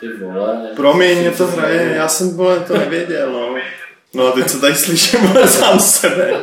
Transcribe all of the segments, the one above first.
Ty vole. Promiň, mě to hraje, já jsem to nevěděl, no. No a teď co tady slyším, sám sebe.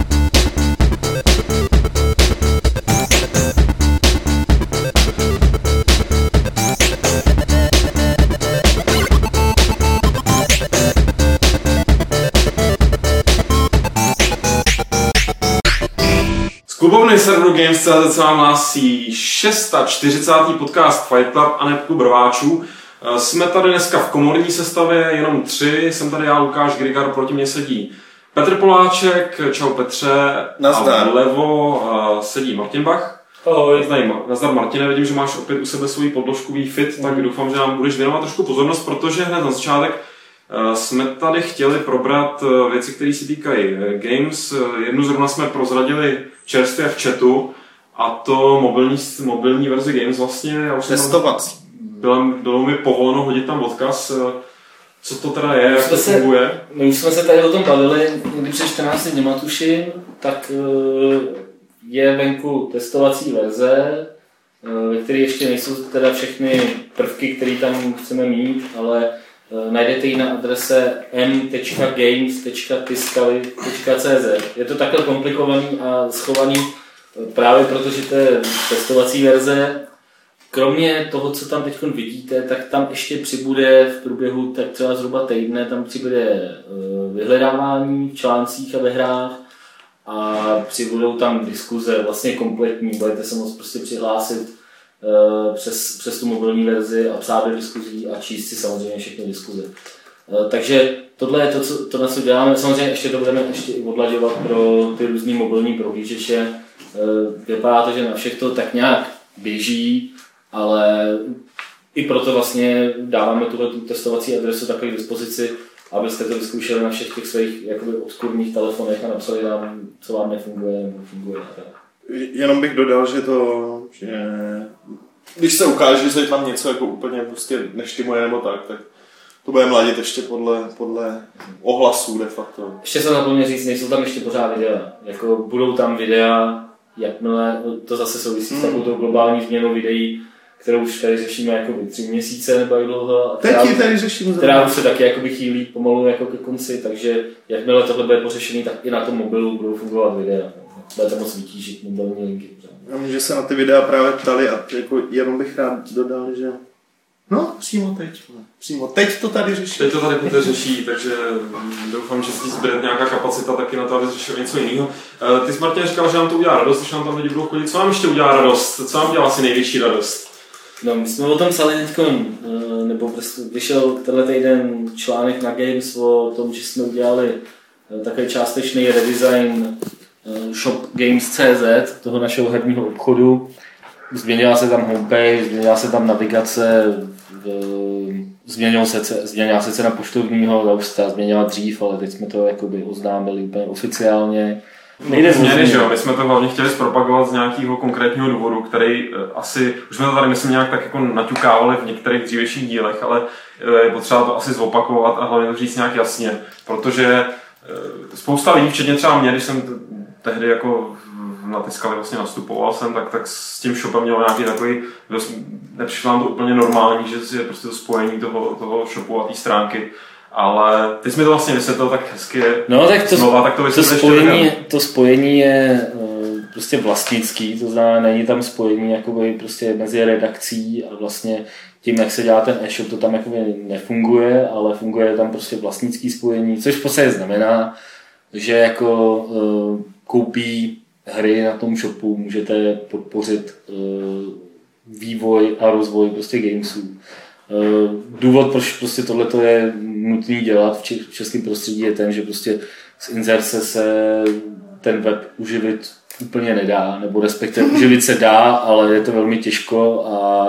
Klubovny serveru Games.cz se vám hlásí 640. podcast Fight Club a Klub rváčů. Jsme tady dneska v komorní sestavě, jenom 3. Jsem tady já, Lukáš Grigar, proti mě sedí Petr Poláček, čau Petře. Nazdar. A vlevo sedí Martin Bach. Ahoj. Nazdar Martine, vidím, že máš opět u sebe svůj podložku Fit, tak doufám, že nám budeš věnovat trošku pozornost, protože hned na začátek jsme tady chtěli probrat věci, které se týkají games. Jednu zrovna jsme prozradili čerstvě v chatu, a to mobilní verzi games vlastně. Testovací. Bylo mi povoleno hodit tam odkaz, co to teda je, jak to funguje. My už jsme se tady o tom bavili, někdy před 14 dněma tuším, tak je venku testovací verze, ve které ještě nejsou teda všechny prvky, které tam chceme mít, ale najdete ji na adrese m.games.tiskali.cz. Je to takhle komplikovaný a schovaný právě protože to je testovací verze. Kromě toho, co tam teď vidíte, tak tam ještě přibude v průběhu tak třeba zhruba týdne, tam přibude vyhledávání v článcích a ve hrách a přibudou tam diskuze vlastně kompletní. Budete se moct prostě přihlásit přes tu mobilní verzi a psát do diskuzí a číst si samozřejmě všechny diskuze. Takže tohle je to, na co děláme. Samozřejmě ještě to budeme ještě i odlaďovat pro ty různý mobilní prohlížeče. Vypadá to, že na všech to tak nějak běží, ale i proto vlastně dáváme tu testovací adresu takové k dispozici, abyste to vyzkoušeli na všech těch svých jakoby obskurních telefonech a napsali nám, co vám nefunguje. Jenom bych dodal, že když se ukáže, že je tam něco jako úplně prostě neštimuje nebo tak to bude mladit ještě podle ohlasů de facto. Ještě jsem zapomněl říct, nejsou tam ještě pořád videa. Jako budou tam videa, jakmile to zase souvisí s takovou globální změnou videí, kterou už tady řešíme jako 3 měsíce nebo jak dlouho. Která už se taky jakoby chýlí pomalu jako ke konci, takže jakmile tohle bude pořešený, tak i na tom mobilu budou fungovat videa. Budete moc vytížit mobilní linky. A může se na ty videa právě ptali a jako jenom bych rád dodal, že přímo teď to tady řeší. Teď to tady Petr řeší, takže doufám, že si zbyde nějaká kapacita taky na to, aby řešil něco jiného. Ty jsi, Martin, říkal, že nám to udělá radost, když nám tam lidi budou chodit. Co nám ještě udělá radost? Co nám dělá asi největší radost? No, my jsme o tom psali teďko, nebo prostě vyšel tenhle týden článek na Games o tom, že jsme udělali takový částečný redesign shop Games.cz, toho našeho herního obchodu. Změnila se tam homepage, změnila se tam navigace, změnila se cena poštovního, ta už se změnila dřív, ale teď jsme to jakoby oznámili úplně oficiálně. Nejde změny, že jo? My jsme to hlavně chtěli zpropagovat z nějakého konkrétního důvodu, který asi, už jsme to tady myslím nějak tak jako naťukávali v některých dřívějších dílech, ale je potřeba to asi zopakovat a hlavně to říct nějak jasně, protože spousta lidí, včetně třeba mě, když jsem tehdy jako na Tiskali vlastně nastupoval jsem, tak s tím shopem měl nějaký takový, nepřišlo nám to úplně normální, že je prostě to spojení toho shopu a té stránky. Ale ty jsi mi to vlastně vysvětlil tak hezky to spojení je prostě vlastnický, to znamená, není tam spojení jakoby prostě mezi redakcí a vlastně tím, jak se dělá ten e-shop, to tam jakoby nefunguje, ale funguje tam prostě vlastnický spojení, což v podstatě znamená, že jako koupí hry na tom shopu můžete podpořit vývoj a rozvoj prostě gamesů. Důvod, proč prostě tohleto je nutný dělat v českém prostředí, je ten, že prostě z inzerce se ten web uživit úplně nedá, nebo respektive uživit se dá, ale je to velmi těžko a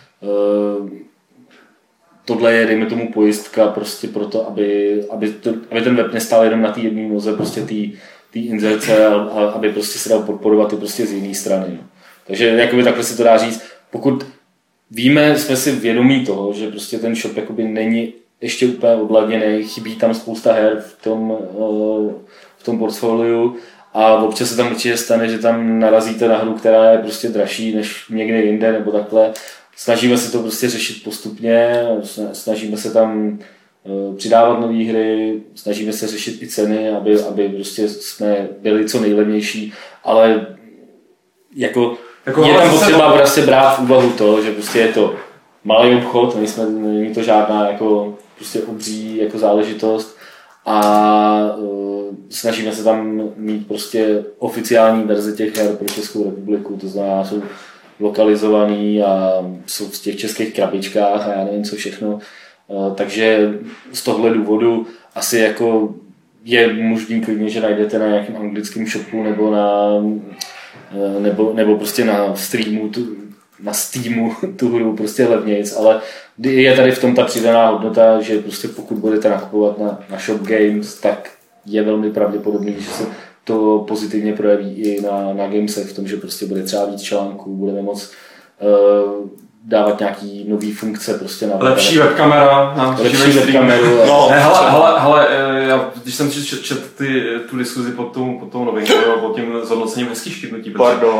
tohle je, dejme tomu, pojistka prostě proto, aby ten web nestál jenom na té jedné noze prostě té inzerce a aby prostě se dal podporovat i prostě z jiné strany. No. Takže jakoby takhle se to dá říct. Pokud víme, jsme si vědomí toho, že prostě ten shop jakoby není ještě úplně odladěný, chybí tam spousta her v tom portfoliu a občas se tam určitě stane, že tam narazíte na hru, která je prostě dražší než někde jinde nebo takhle. snažíme se to prostě řešit postupně, snažíme se tam přidávat nové hry, snažíme se řešit i ceny, aby prostě jsme byli co nejlevnější, ale jako je tam potřeba prostě brát v úvahu to, že prostě je to malý obchod, není to žádná jako prostě obří jako záležitost a snažíme se tam mít prostě oficiální verze těch her pro Českou republiku, to znamená, jsou lokalizovaný a jsou v těch českých krabičkách a já nevím co všechno. Takže z tohle důvodu asi jako je možný klidně, že najdete na nějakém anglickém shopu nebo prostě na streamu, na Steamu tu hru prostě levnějc, ale je tady v tom ta přidaná hodnota, že prostě pokud budete nakupovat na Shop Games, tak je velmi pravděpodobný, že se to pozitivně projeví i na Gamesech v tom, že prostě bude třeba víc článků, budeme moct dávat nějaký nový funkce prostě na lepší webkamera, lepší webkameru. No, hele, já, když jsem četl tu diskuzi pod tou novinkou, pod tím zhodnocením hezký škytnutí,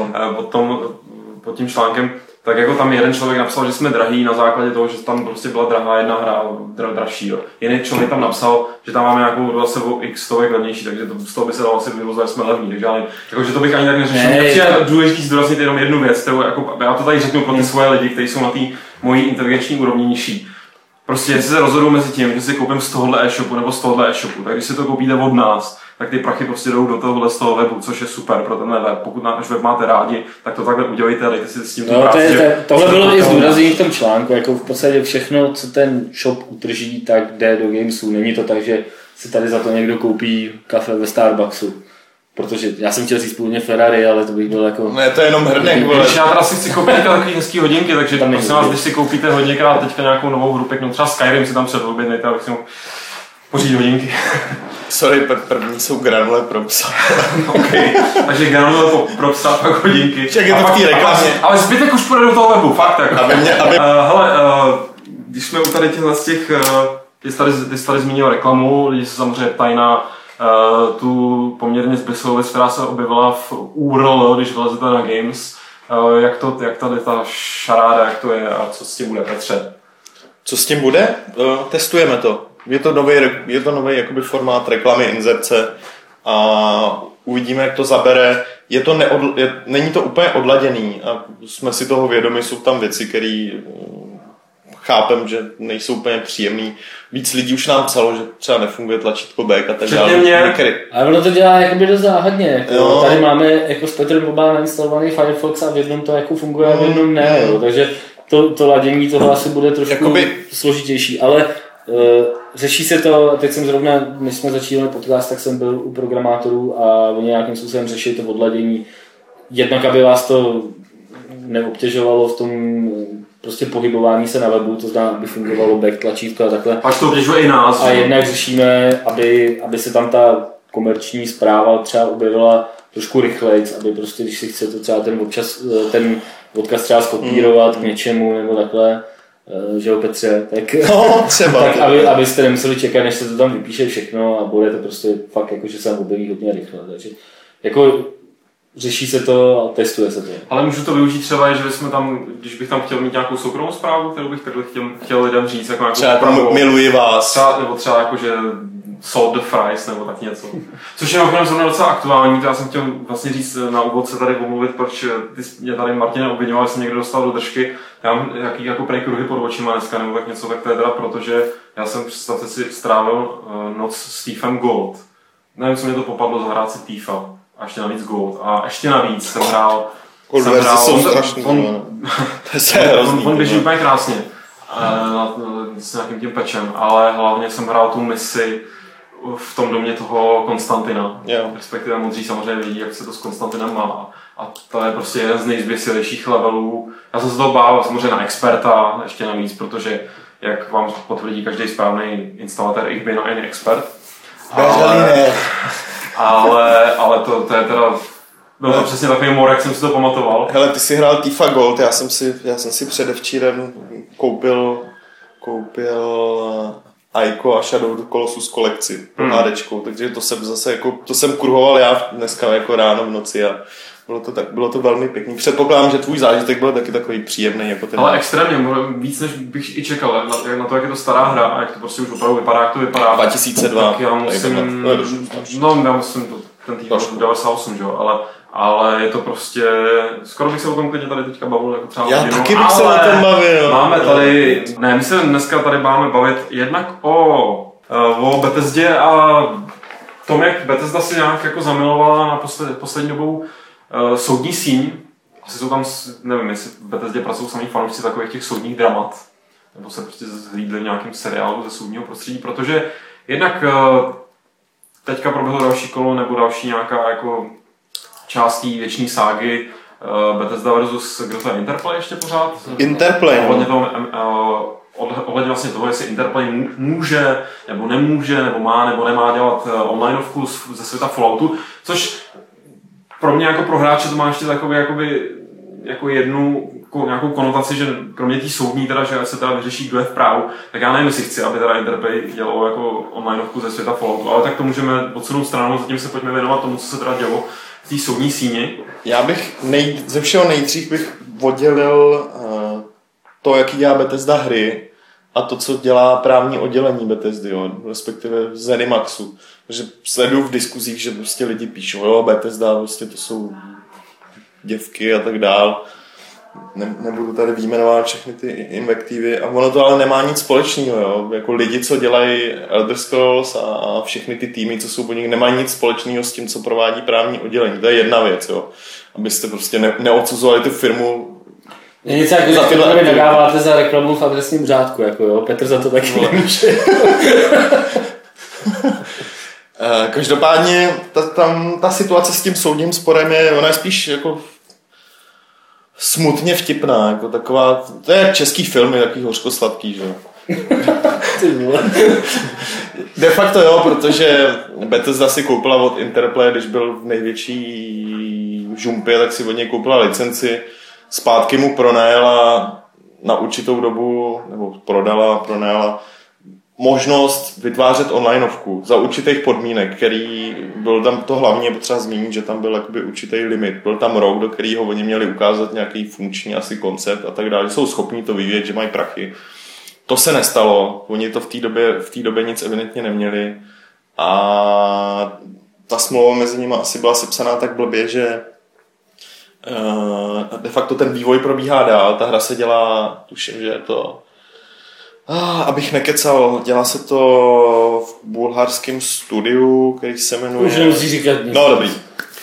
pod tím článkem, tak jako tam jeden člověk napsal, že jsme drahý na základě toho, že tam prostě byla drahá jedna hra dražší. Jo. Jiný člověk tam napsal, že tam máme nějakou zase o x stovek levnější, takže z toho by se dalo asi vyvozovat, že jsme levní. Takže ale jako, že to bych ani tak neřešil. Je důležité zdůraznit jenom jednu věc, kterou jako, já to tady řeknu pro ty svoje lidi, kteří jsou na té mojí inteligenční úrovni nižší. Prostě jestli se rozhodují mezi tím, že si koupím z tohohle e-shopu nebo z tohohle e-shopu, tak když si to koupíte od nás, tak ty prachy prostě jdou do tohohle z toho webu, což je super pro tenhle web. Pokud náš web máte rádi, tak to takhle udělejte a dejte si s tím tu práci. Tohle bylo i zdůraznění v tom článku, jako v podstatě všechno, co ten shop utrží, tak jde do Gamesu. Není to tak, že si tady za to někdo koupí kafe ve Starbucksu. Protože já jsem chtěl říct původně Ferrari, ale to bych byl jako... Ne, to je jenom hrnek, vole. Já teda si chci koupit takový hezký hodinky, takže prosím vás, když si koupíte hodněkrát teďka nějakou novou hru pěknou, třeba Skyrim si tam předobědnejte, abych si mohl pořídit hodinky. Sorry, první jsou granule pro psa. Okay. Takže granule pro psa, pak hodinky. Však je to v té reklamě. Ale zbytek už půjde do toho webu, fakt tak. Hele, když jsme u tady těch, ty jsi tady zmínil reklamu, lidi se samozřejmě ptají na tu poměrně zběsilou věc, která se objevila v URL, když vlezete na Games. Jak tady ta šaráda, jak to je a co s tím bude, Petře? Co s tím bude? Testujeme to. Je to nový jakoby formát reklamy, inzerce a uvidíme, jak to zabere. Není to úplně odladěný a jsme si toho vědomi, jsou tam věci, které chápem, že nejsou úplně příjemný. Víc lidí už nám psalo, že třeba nefunguje tlačítko back a tak dále. Ale ono to dělá jakoby dost záhadně. Jako tady máme jako s Petrem oba nainstalovaný Firefox a v jednom to jako funguje a v jednom ne. Jo. Takže to ladění toho asi bude trošku složitější. Ale řeší se to, teď jsem zrovna, než jsme začínali podcast, tak jsem byl u programátorů a oni nějakým způsobem řeší to odladění. Jednak, aby vás to neobtěžovalo v tom prostě pohybování se na webu, to znamená, aby fungovalo back tlačítko a takhle. Až to obtěžuje i nás. A jednak řešíme, aby se tam ta komerční zpráva třeba objevila trošku rychleji, aby prostě, když si chcete třeba ten odkaz třeba skopírovat k něčemu nebo takhle, že jo Petře, tak, třeba, tak abyste nemuseli čekat, než se to tam vypíše všechno a bude to prostě fakt jako, že se tam objeví hodně rychle. Takže jako řeší se to a testuje se to. Ale můžu to využít třeba, že bychom tam, když bych tam chtěl mít nějakou soukromou zprávu, kterou bych takhle chtěl lidem říct, jako nějakou třeba zprávu, miluji vás. Nebo třeba jako, že sold the fries, nebo tak něco. Což je nakonec zrovna docela aktuální, to já jsem chtěl vlastně říct na úvod se tady pomluvit, proč ty mě tady Martin obviňoval, že jsem někdo dostal do držky. Já mám jaký jako prej kruhy pod očima dneska, nebo tak něco, tak to je teda proto, že já jsem, představte si, strávil noc s Thiefem Gold. Nevím, co mě to popadlo zahrát si Thiefa. A ještě navíc Gold. A ještě navíc jsem hrál... jsou strašný. On běží úplně krásně. S nějakým tím pečem. Ale hlavně jsem hrál tu misi v tom domě toho Konstantina. Respektive modří samozřejmě vidí, jak se to s Konstantinem má. A to je prostě jeden z nejzběsilejších levelů. Já jsem se toho bál samozřejmě na experta, ještě navíc, protože jak vám potvrdí každý správný instalatér, ich bin ein expert. Ale to je teda... Byl to přesně takový humor, jak jsem si to pamatoval. Hele, ty jsi hrál Thiefa Gold, já jsem si předevčírem koupil Ico a Shadow of the Colossus kolekci pro HDčkou, takže to jsem zase jako, to jsem kurhoval já dneska jako ráno v noci a bylo to velmi pěkný. Předpokládám, že tvůj zážitek byl taky takový příjemný jako ten. Ale extrémně, víc než bych i čekal, na to, jak je to stará hra a jak to prostě už opravdu vypadá, jak to vypadá. 2002. Tak já musím, já musím ten tým 98, že jo, ale je to prostě, skoro bych se o tom klidně tady teďka bavil jako třeba já taky bych se o tom bavil. Máme tady, my se dneska tady máme bavit jednak o Bethesdě a tom, jak Bethesda si nějak jako zamilovala na poslední dobou soudní síň. Asi jsou tam, nevím, jestli v Bethesdě pracují samý fanoušci takových těch soudních dramat, nebo se prostě zhlídli v nějakém seriálu ze soudního prostředí, protože jednak teďka proběhlo další kolo nebo další nějaká jako částí věčné ságy Bethesda versus, kdo to je, Interplay ještě pořád? Interplay, ohledně vlastně toho, jestli Interplay může, nebo nemůže, nebo má, nebo nemá dělat onlineovku ze světa Falloutu, což pro mě jako pro hráče to má ještě takový jako jednu nějakou konotaci, že kromě té soudní teda, že se teda vyřeší, kdo je v právu, tak já nevím, jestli chci, aby teda Interplay dělalo jako onlineovku ze světa Falloutu, ale tak to můžeme odsunout stranou, zatím se pojďme věnovat tomu, co se teda dělo v té soudní síni. Já bych ze všeho nejdřív bych oddělil to, jaký dělá Bethesda hry a to, co dělá právní oddělení Bethesdy, jo, respektive Zenimaxu. Takže sleduju v diskuzích, že prostě lidi píšou, jo, Bethesda, prostě to jsou děvky a tak dál. Nebudu tady vyjmenovat všechny ty invektivy a ono to ale nemá nic společného, jo. Jako lidi, co dělají Elder Scrolls a všechny ty týmy, co jsou po nich, nemají nic společného s tím, co provádí právní oddělení. To je jedna věc, jo. Abyste prostě neodsuzovali tu firmu. Je něco jako, že tady nadáváte za reklamu v adresním řádku, jako jo. Petr za to taky nemůže. Každopádně ta situace s tím soudním sporem ona je spíš jako smutně vtipná, jako taková, to je český filmy, takový hořkosladký, že jo. De facto jo, protože Bethesda si koupila od Interplay, když byl v největší žumpě, tak si od něj koupila licenci, zpátky mu pronajala na určitou dobu, nebo pronajala možnost vytvářet onlineovku za určitých podmínek, který byl tam to hlavně potřeba zmínit, že tam byl jakoby určitý limit. Byl tam rok, do kterého oni měli ukázat nějaký funkční asi koncept a tak dále, že jsou schopní to vyvíjet, že mají prachy. To se nestalo, oni to v té době nic evidentně neměli a ta smlouva mezi nimi asi byla sepsaná tak blbě, že de facto ten vývoj probíhá dál, ta hra se dělá, tuším, že je to abych nekecal, dělá se to v bulharském studiu, který se jmenuje... Už nemusí říkat nic. No, dobrý.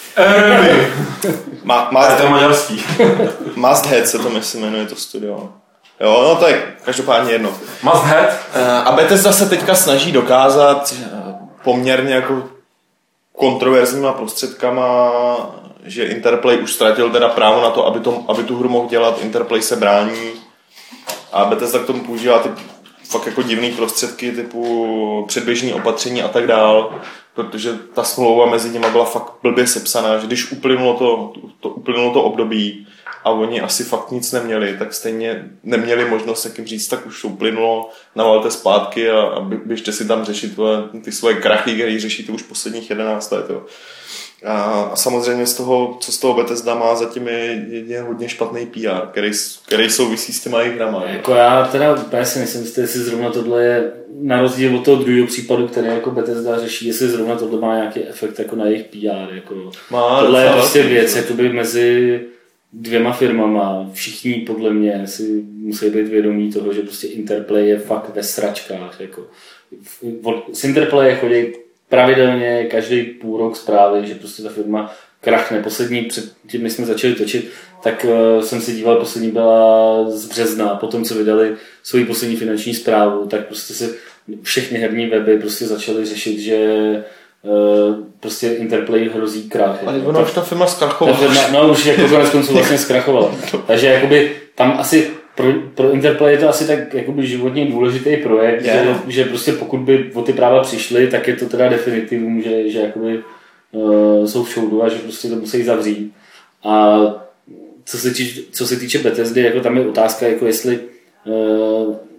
Maďarský. Must Head se to myslím jmenuje to studio. Jo, no to je každopádně jedno. Must Head. A Bethesda se teďka snaží dokázat poměrně jako kontroverzníma prostředkama, že Interplay už ztratil teda právo na to, aby tu hru mohl dělat. Interplay se brání a Bethesda k tomu používá ty fakt jako divný prostředky typu předběžní opatření a tak dál, protože ta smlouva mezi nimi byla fakt blbě sepsaná, že když uplynulo to období a oni asi fakt nic neměli, tak stejně neměli možnost, jak jim říct, tak už to uplynulo, navalte zpátky a běžte si tam řešit ty svoje krachy, které řešíte už posledních 11 let. Jo. A samozřejmě co z toho Bethesda má zatím je hodně špatný PR, který souvisí s těma jejich hrama. Jako já teda úplně si myslím, jestli zrovna tohle je na rozdíl od toho druhého případu, který jako Bethesda řeší, jestli zrovna tohle má nějaký efekt jako na jejich PR. Jako. Tohle je prostě věc jakoby mezi dvěma firmama. Všichni podle mě si musí být vědomí toho, že prostě Interplay je fakt ve sračkách. Jako. Z Interplaye chodí pravidelně každý půl rok zprávy, že prostě ta firma krachne. Poslední, předtím, než jsme začali točit, tak jsem si díval, poslední byla z března, potom co vydali svoji poslední finanční zprávu, tak prostě se všechny herní weby prostě začaly řešit, že prostě Interplay hrozí krach. Ale ona už ta firma zkrachovala. No už jako konec konců vlastně zkrachovala. Takže jakoby tam asi pro Interplay je to asi tak jakoby životně důležitý projekt, že prostě pokud by o ty práva přišli, tak je to teda definitivum, že jakoby jsou v šoudu a že prostě to musí zavřít. A co se týče Bethesdy, jako tam je otázka, jako jestli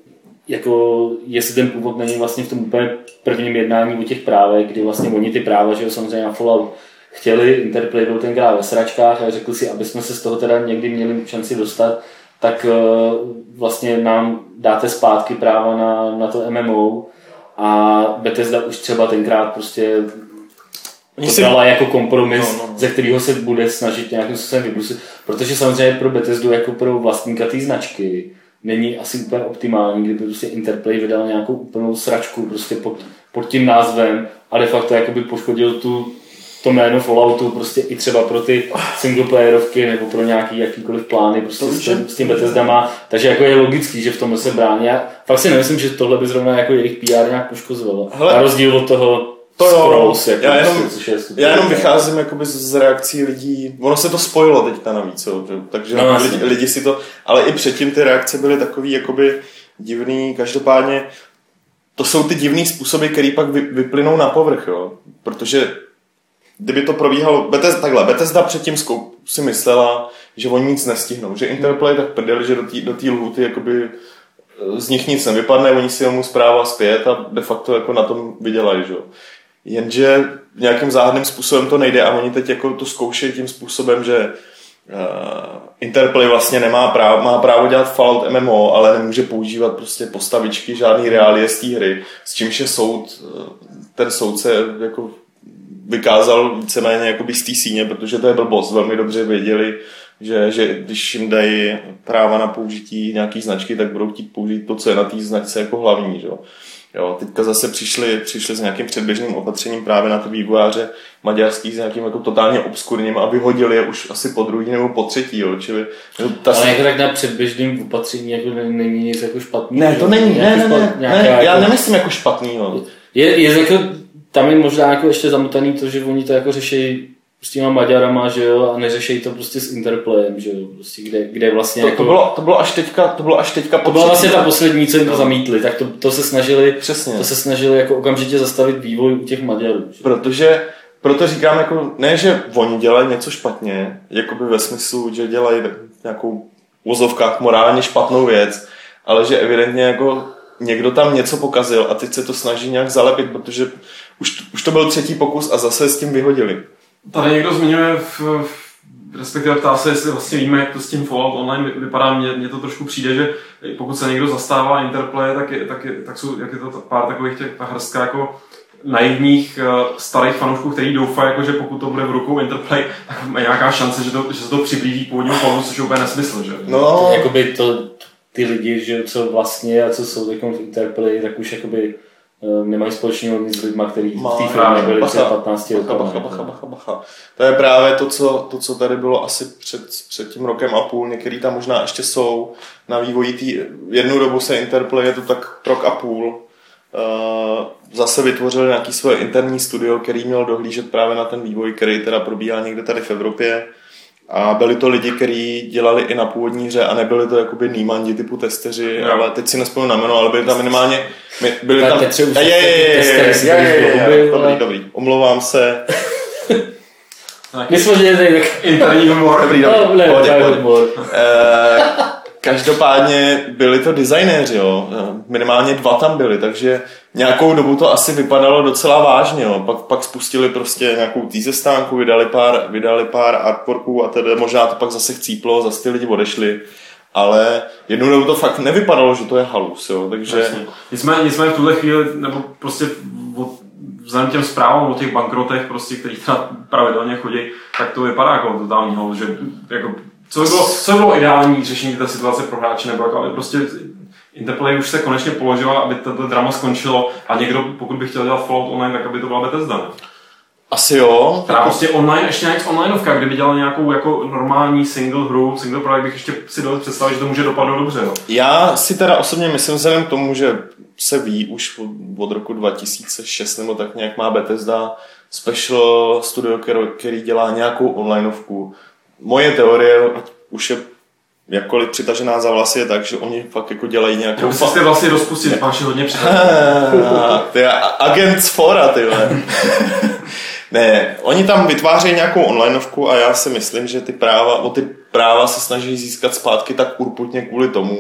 jako jestli ten původ není vlastně v tom úplně prvním jednání o těch právech, kdy vlastně oni ty práva, že jo, samozřejmě na Fallout chtěli, Interplay byl tenkrát ve sračkách a řekli si, aby jsme se z toho teda někdy měli šanci dostat, tak vlastně nám dáte zpátky práva na to MMO a Bethesda už třeba tenkrát prostě to dala jako kompromis, ze kterého se bude snažit nějakým způsobem vybrusit, protože samozřejmě pro Bethesdu jako pro vlastníka té značky není asi úplně optimální, kdyby prostě Interplay vydal nějakou úplnou sračku prostě pod tím názvem a de facto jakoby poškodil to jméno Falloutu prostě i třeba pro ty singleplayerovky nebo pro nějaký jakýkoliv plány prostě s tím Bethesda má. Takže jako je logický, že v tomhle se brání. Já fakt si nemyslím, že tohle by zrovna jako jejich PR nějak poškozovalo. Na rozdíl od toho Scrolls, jako já jenom vycházím jakoby z reakcí lidí. Ono se to spojilo teďka navíc, takže lidi si to, ale i předtím ty reakce byly takový jakoby divný. Každopádně to jsou ty divný způsoby, které pak vyplynou na povrch, jo. Protože kdyby to probíhalo, Bethesda předtím si myslela, že oni nic nestihnou, že Interplay tak prdeli, že do té lhůty jakoby z nich nic nevypadne, oni si mu zpráva zpět a de facto jako na tom vydělají, že jo. Jenže nějakým záhadným způsobem to nejde a oni teď jako to zkoušejí tím způsobem, že Interplay vlastně má právo dělat Fallout MMO, ale nemůže používat prostě postavičky, žádný reálie z té hry, s čímž je ten soudce jako vykázal víceméně jakoby z té síně, protože to je blbost. Velmi dobře věděli, že když jim dají práva na použití nějaký značky, tak budou chtít použít to, co je na té značce jako hlavní. Že? Jo, teďka zase přišli s nějakým předběžným opatřením právě na ty vývojáře maďarských s nějakým jako totálně obskurním a vyhodili je už asi po druhý nebo po třetí. Jo. Čili, ale jako tak na předběžným opatření jako není nic jako špatný. Ne, to není. Já nemyslím jako špatný. Jo. Je jako tam je možná jako ještě zamotaný to, že oni to jako řeší s těma Maďarama, že jo, a neřešejí to prostě s Interplayem, že jo, prostě kde vlastně to bylo až teďka to byla vlastně ta poslední, co jim to zamítli, tak to se snažili jako okamžitě zastavit vývoj u těch Maďarů. Že? Proto říkám jako, ne, že oni dělají něco špatně, jakoby ve smyslu, že dělají nějakou v uvozovkách morálně špatnou věc, ale že evidentně jako někdo tam něco pokazil a teď se to snaží nějak zalepit, protože už to byl třetí pokus a zase s tím vyhodili. Tady někdo zmiňuje, respektive ptá se, jestli vlastně víme, jak to s tím Fallout Online vypadá. Mně to trošku přijde, že pokud se někdo zastává Interplay, tak jsou jak je to pár takových ta hrstka jako naivních starých fanoušků, kteří doufají, jako, že pokud to bude v rukou Interplay, tak má nějaká šance, že se to přiblíží k původnímu Falloutu, což je úplně nesmysl. Že? No, jakoby ty lidi, že co vlastně a co jsou teď v Interplay, tak už jakoby nemají společného nic s lidma, který v té firmě byli před 15 lety. Bacha. To je právě to, co tady bylo asi před tím rokem a půl. Některý tam možná ještě jsou na vývoji. Jednu dobu se Interplay, je to tak rok a půl, zase vytvořil nějaký svoje interní studio, který měl dohlížet právě na ten vývoj, který teda probíhá někde tady v Evropě. A byli to lidi, kteří dělali i na původní hře a nebyli to jakoby nímandi typu testeři, ale teď si nespomínám na jméno, ale byli tam minimálně... Byli tam... Dobrý, omlouvám se. My jsme dělali tak interní humor. Dobrý. Každopádně byli to designéři, jo. Minimálně 2 tam byli, takže nějakou dobu to asi vypadalo docela vážně. Jo. Pak spustili prostě nějakou teaser stánku, vydali pár artworků a tedy možná to pak zase chcíplo, zase ty lidi odešli. Ale jednou dobu to fakt nevypadalo, že to je halus, jo. Takže... Nicméně v tuhle chvíli, nebo prostě vzhledem těm zprávám o těch bankrotech, prostě, který teda pravidelně chodí, tak to vypadá jako totální halus, že jako co by bylo ideální řešení té situace pro hráče, nebo jako, ale prostě Interplay už se konečně položila, aby tato drama skončilo a někdo, pokud by chtěl dělat Fallout Online, tak aby to byla Bethesda, ne? Asi jo. Teda prostě online, ještě nějak onlineovka, kdyby dělal nějakou jako normální single projekt, bych ještě si dovedl představit, že to může dopadnout dobře. Jo. Já si teda osobně myslím, vzhledem k tomu, že se ví už od roku 2006 nebo tak nějak má Bethesda special studio, který dělá nějakou onlineovku. Moje teorie, ať už je jakkoliv přitažená za vlasy, je tak, že oni fakt jako dělají nějakou... Jo, jste vlastně rozpustit, máš hodně přitažený. Ty agent z fora, ty vole. Ne, oni tam vytvářejí nějakou onlineovku a já si myslím, že ty práva se snaží získat zpátky tak urputně kvůli tomu,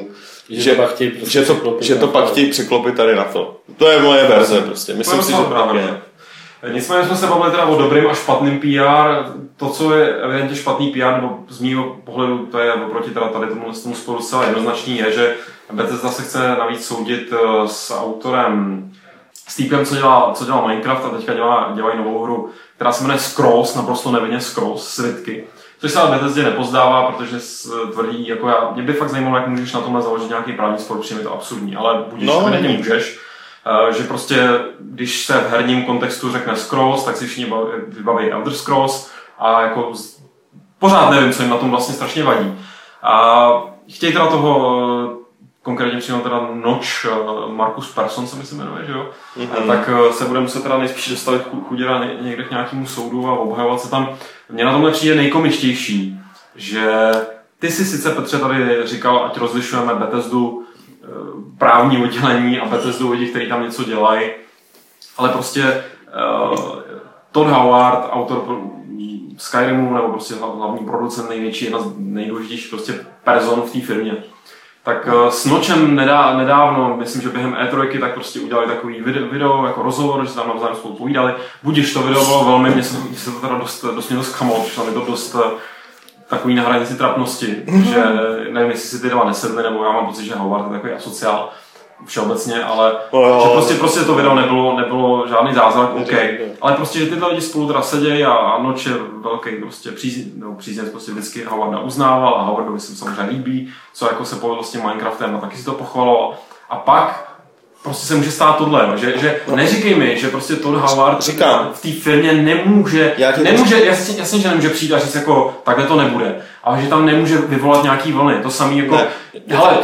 že to pak chtějí překlopit tady na to. To je moje verze prostě. Myslím si, že právě. Nicméně jsme se bavili teda o dobrým a špatným PR. To, co je evidentně špatný PR, nebo z mýho pohledu, to je oproti teda tady tomu sporu zcela jednoznačný, je, že Bethesda se chce navíc soudit s autorem, s týpem, co dělá Minecraft a teďka dělají novou hru, která se jmenuje Scrolls, naprosto nevinně Scrolls, svitky. Což se ale Bethesdě nepozdává, protože tvrdí, jako mě by fakt zajímalo, jak můžeš na tomhle založit nějaký právní spor, přijde to absurdní, ale budíš, evidentně můžeš. Že prostě, když se v herním kontextu řekne Scrolls, tak si všichni vybaví Elder Scrolls a jako pořád nevím, co jim na tom vlastně strašně vadí. A chtějí teda toho, konkrétně přímo teda Notch, Marcus Persson se mi se jmenuje, že jo? Tak se bude muset teda nejspíš dostavit chuděra někde k nějakému soudu a obhajovat se tam. Mně na tomhle přijde nejkomičtější, že ty si sice, Petře, tady říkal, ať rozlišujeme Bethesdu právní oddělení a Bethesdu lidi, kteří tam něco dělají, ale prostě Todd Howard, autor Skyrimu, nebo prostě hlavní producent, největší, jedna z nejdůležitějších prostě person v té firmě, tak s Notchem nedávno, myslím, že během E3, tak prostě udělali takový video jako rozhovor, že se tam navzájem spolu povídali. Budiž to video bylo velmi, mě se to teda dost zklamalo, přišlo mi to dost takový na hranici trapnosti, že nevím, jestli si ty dva nesedli, nebo já mám pocit, že Howard je takový asociál všeobecně, ale že prostě to video nebylo žádný zázrak, OK. Ale prostě, že tyhle lidi spolu teda sedějí a Notch je velký prostě příznivec prostě vždycky Howarda uznával a Howardovi se samozřejmě líbí, co jako se povedlo s tím Minecraftem a taky si to pochvaloval. A pak prostě se může stát tohle, že neříkej mi, že prostě Todd Howard v té firmě nemůže, jasně, že nemůže přijít a říct jako takhle to nebude, ale že tam nemůže vyvolat nějaký vlny, to samý jako, hele,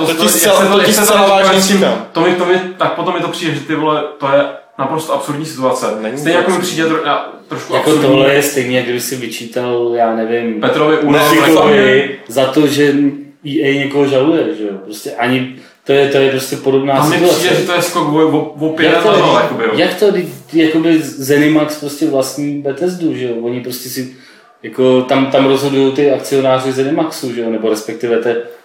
tak potom mi to přijde, že ty vole, to je naprosto absurdní situace. Stejně jako mi přijde trošku jako absurdní. Tohle je stejně, kdyby si vyčítal, já nevím, Petrovi za to, že EA někoho žaluje, že jo, prostě ani to je prostě podobná situace. Tam mi přijde, že to je skok o 5 let. Jak to, jakoby Zenimax prostě vlastní Bethesdu, že jo? Oni prostě si, jako tam rozhodují ty akcionáři Zenimaxu, že jo? Nebo respektive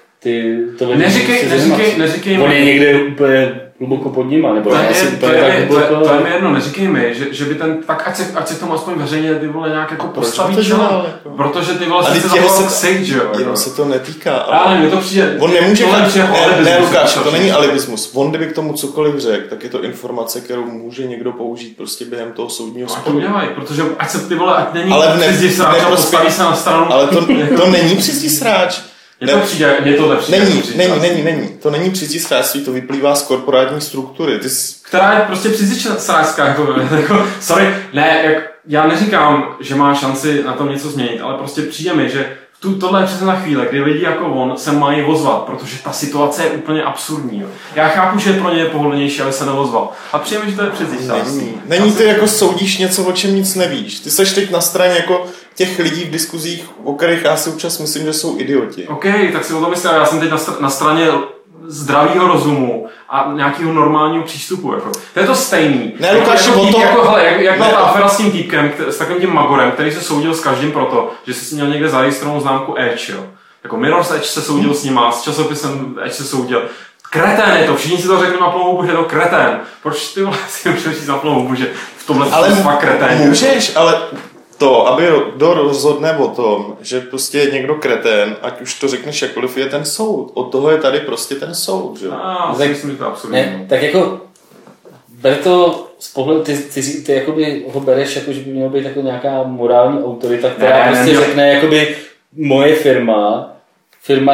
to neříkej mi. On je někde úplně hluboko pod nima, nebo to je mi jedno, neříkej mi, že by ten, tak ať se k tomu aspoň veřejně ty vole nějak jako postaví čelem, protože ty vole se zachoval ksejt, že jo? Jenom se to netýká. Ale mně to přijde. On nemůže, ne Lukáš, to není alibismus. On kdyby k tomu cokoliv řekl, tak je to informace, kterou může někdo použít prostě během toho soudního sporu. To udělají, protože ať se ty vole, ať není přízdí sráč a postaví se na stranu. Ale to není přízdí sráč. Mně to nepřijde. Není. To není přízdí sráčství, to vyplývá z korporátní struktury. Která je prostě přízdí sráčská. Jako, sorry, já neříkám, že má šanci na tom něco změnit, ale prostě přijde mi, že tohle je přesně na chvíli, kdy lidi jako on se mají ozvat, protože ta situace je úplně absurdní. Jo. Já chápu, že pro ně je pohodlnější, aby se neozval. A přijde mi, že to je přízdí. Není ty jako soudíš něco, o čem nic nevíš. Ty seš teď na straně jako těch lidí v diskuzích, o kterých já si občas myslím, že jsou idioti. OK, tak si o tom myslím, já jsem teď na straně zdravého rozumu a nějakého normálního přístupu. Jako. To je to stejný. Ne, Lukáš, jak byla ta afera s tím týpkem, s takovým tím Magorem, který se soudil s každým proto, že si měl někde zaregistrovanou známku Edge. Jo. Jako Mirror's Edge se soudil s nima, s časopisem Edge se soudil. Kretén je to, všichni si to řekli na plnou hubu, že je to kretén. Proč ty si můžeš říct na plnou hubu, že v tomhle ale fakt kretén? Můžeš, ale to, aby kdo rozhodne o tom, že prostě je někdo kretén, ať už to řekneš jakkoliv, je ten soud. Od toho je tady prostě ten soud, že jo? Myslím, že to absolutně. Tak jako, ber to z pohledu, ty jakoby ho bereš, jako, že by měla být jako nějaká morální autorita, která řekne, jakoby moje firma,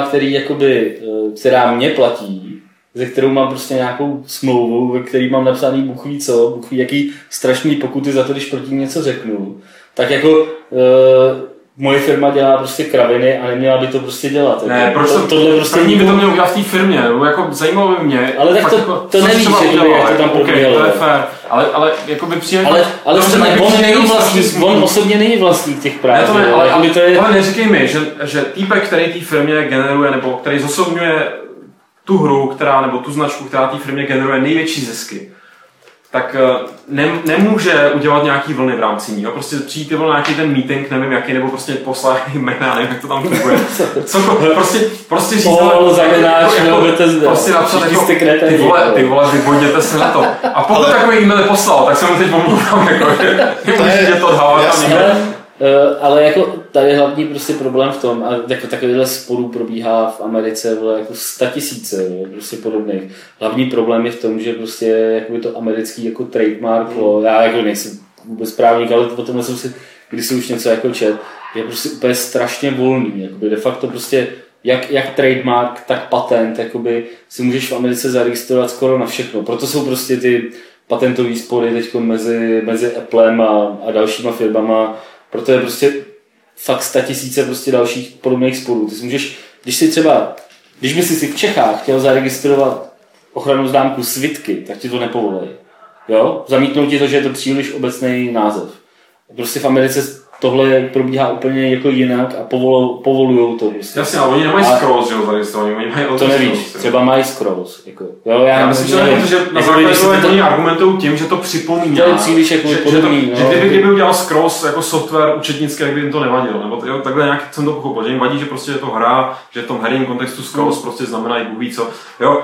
která mě platí, ze kterou mám prostě nějakou smlouvu, ve který mám napsaný Bůh ví jaký strašný pokuty za to, když proti něco řeknu. Tak jako moje firma dělá prostě kraviny a neměla by to prostě dělat. Ne, proč tohle prostě by to mělo udělat v té firmě, jako zajímalo by mě. Ale tak to nevíš, jak to tam probíhalo. To je fér, ale jako by přijde... Ale on osobně není vlastník těch práv. Ale neříkej mi, že týpek, který té firmě generuje, nebo který zosobňuje tu hru, nebo tu značku, která té firmě generuje největší zisky, tak nemůže udělat nějaký vlny v rámci ní. Prostě přijít ty nějaký ten meeting, nevím jaký, nebo prostě poslat jména, nevím jak to tam funguje. Prostě říct, prostě napsat jako, ty vole, vybojděte se na to. A pokud takový e-mail poslal, tak jsem mu teď omlouvám, jako, nemůžete to dávat tam někde. Ale jako tady hlavní prostě problém v tom, a jako takovýhle sporů probíhá v Americe jako 100 000 prostě podobných. Hlavní problém je v tom, že prostě jakoby to americký jako trademark, já jako nejsem vůbec právník, ale o tomhle jsem si když už něco jako čet, je prostě úplně strašně volný. Jakoby de facto prostě jak trademark, tak patent, jakoby si můžeš v Americe zaregistrovat skoro na všechno. Proto jsou prostě ty patentové spory teď mezi Applem a dalšíma firmama. Proto je prostě fakt 100 000 prostě dalších podobných sporů. Ty si můžeš, když by si v Čechách chtěl zaregistrovat ochrannou známku Svitky, tak ti to nepovolej. Jo? Zamítnou ti to, že je to příliš obecný název. Prostě v Americe tohle probíhá úplně jako jinak a povolujou to. Prostě. Jasně, ale oni nemají scrolls, že jo, zaregistrovaní, oni mají to nevíš, třeba mají scrolls. Jako. Jo, já myslím, že na základě toho oni argumentují tím, že to připomíná. To je příliš jako podobný. Že kdyby udělal scrolls jako software účetnický, tak by jim to nevadilo. Nebo jo, takhle nějak jsem to pochopil, že jim vadí, že prostě je to hra, že v tom herním kontextu scrolls prostě znamená i Bůh ví co. Jo,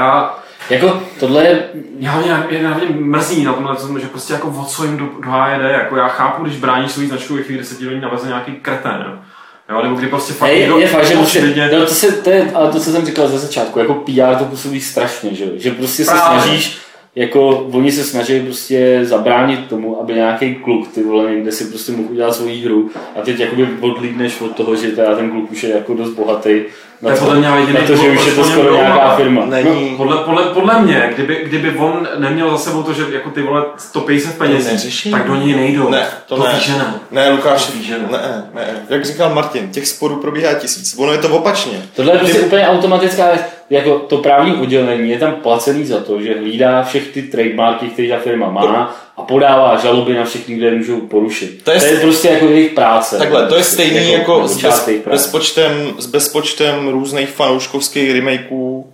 jako tohle je... Mě hlavně mrzí na tomhle, že prostě jako o co jim do háje jde. Jako já chápu, když bráníš svou značku ve chvíli, kdy se ti do ní naveze nějaký kretén. Jo, nebo kdy prostě fakt je fakt, že prostě, no to je, ale to, co jsem říkal ze začátku, jako PR to působí strašně, že prostě se snažíš, jako oni se snaží prostě zabránit tomu, aby nějaký kluk, ty vole, někde si prostě mohl udělat svoji hru a teď jakoby odlídneš od toho, že teda ten kluk už je jako dost bohatý. Na to, že už je to skoro nějaká firma. No, podle mě, kdyby on neměl za sebou to, že jako ty vole stopí se v penězích, tak do něj nejdou. Ne, to ne. Víš, že ne. Ne, Lukáš, ne. Jak říkal Martin, těch sporů probíhá 1000. Ono je to opačně. Tohle je prostě úplně automatická věc. Jako to právní oddělení je tam placený za to, že hlídá všechny ty trademarky, které ta firma má a podává žaloby na všechny, kde můžou porušit. To je prostě jako jejich práce. Takhle, to je stejný jako s bezpočtem různých fanouškovských remakeů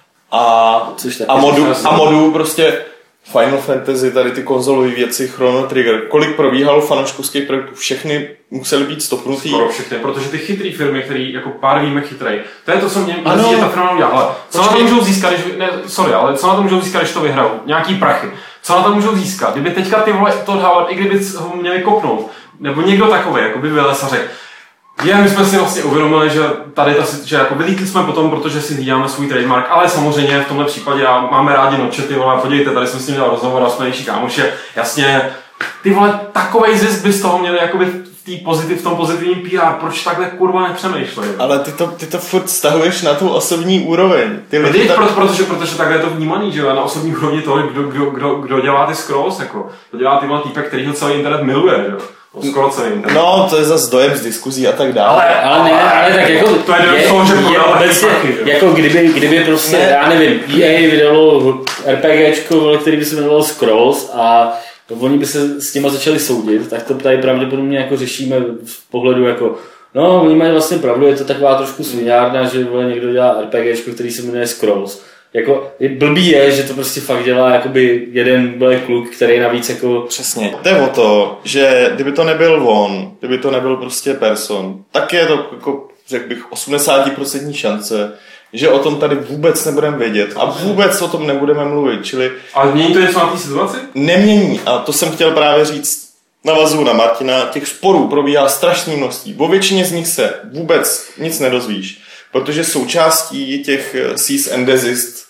a modů prostě Final Fantasy, tady ty konzolové věci, Chrono Trigger. Kolik probíhalo fanouškovských projektů? Všechny musely být stopnutý. Skoro všechny, protože ty chytrý firmy, které jako pár výjimek chytrej, to je to, co mě mrzí, že ta firma udělala. Co na to můžou získat, co na to můžou získat, když to vyhrajou? Nějaký prachy. Co na to můžou získat? Kdyby teďka ty vole to dávat, i kdyby ho měli kopnout, nebo někdo takový, jako by vylez a řekl, my jsme si vlastně uvědomili, že tady že jako vylítli jsme potom, protože si hlídáme svůj trademark, ale samozřejmě v tomhle případě máme rádi nočety, vole, podívejte, tady jsme s ním dělali rozhovor a jsme nejší kámoši, jasně, ty vole, takovej zisk by z toho měli jakoby v tom pozitivním PR, proč takhle kurva nepřemýšlej? Ale ty to furt stahuješ na tu osobní úroveň. Protože takhle je to vnímaný, že na osobní úrovni toho, kdo dělá ty scrolls, jako, to dělá ty týpek, který ho celý internet miluje, že jo. Skoro celý internet. No, to je zase dojem z diskuzí a tak dále. Ale tak jako to je dojem toho, že jako kdyby prostě, já nevím, EA vydalo RPGčko, který by se jmenovalo Scrolls a oni by se s těma začali soudit, tak to tady pravděpodobně jako řešíme v pohledu jako no, oni mají vlastně pravdu, je to taková trošku svinárna, že někdo dělá RPGčko, který se jmenuje Scrolls. Jako, blbý je, že to prostě fakt dělá jakoby jeden kluk, který navíc jako... Přesně. Jde o to, že kdyby to nebyl on, kdyby to nebyl prostě person, tak je to jako, řekl bych, 80% šance, že o tom tady vůbec nebudeme vědět a vůbec o tom nebudeme mluvit, čili... Ale mění to něco na té situaci? Nemění a to jsem chtěl právě říct, navazuju na Martina, těch sporů probíhá strašné množství. O většině z nich se vůbec nic nedozvíš, protože součástí těch cease and desist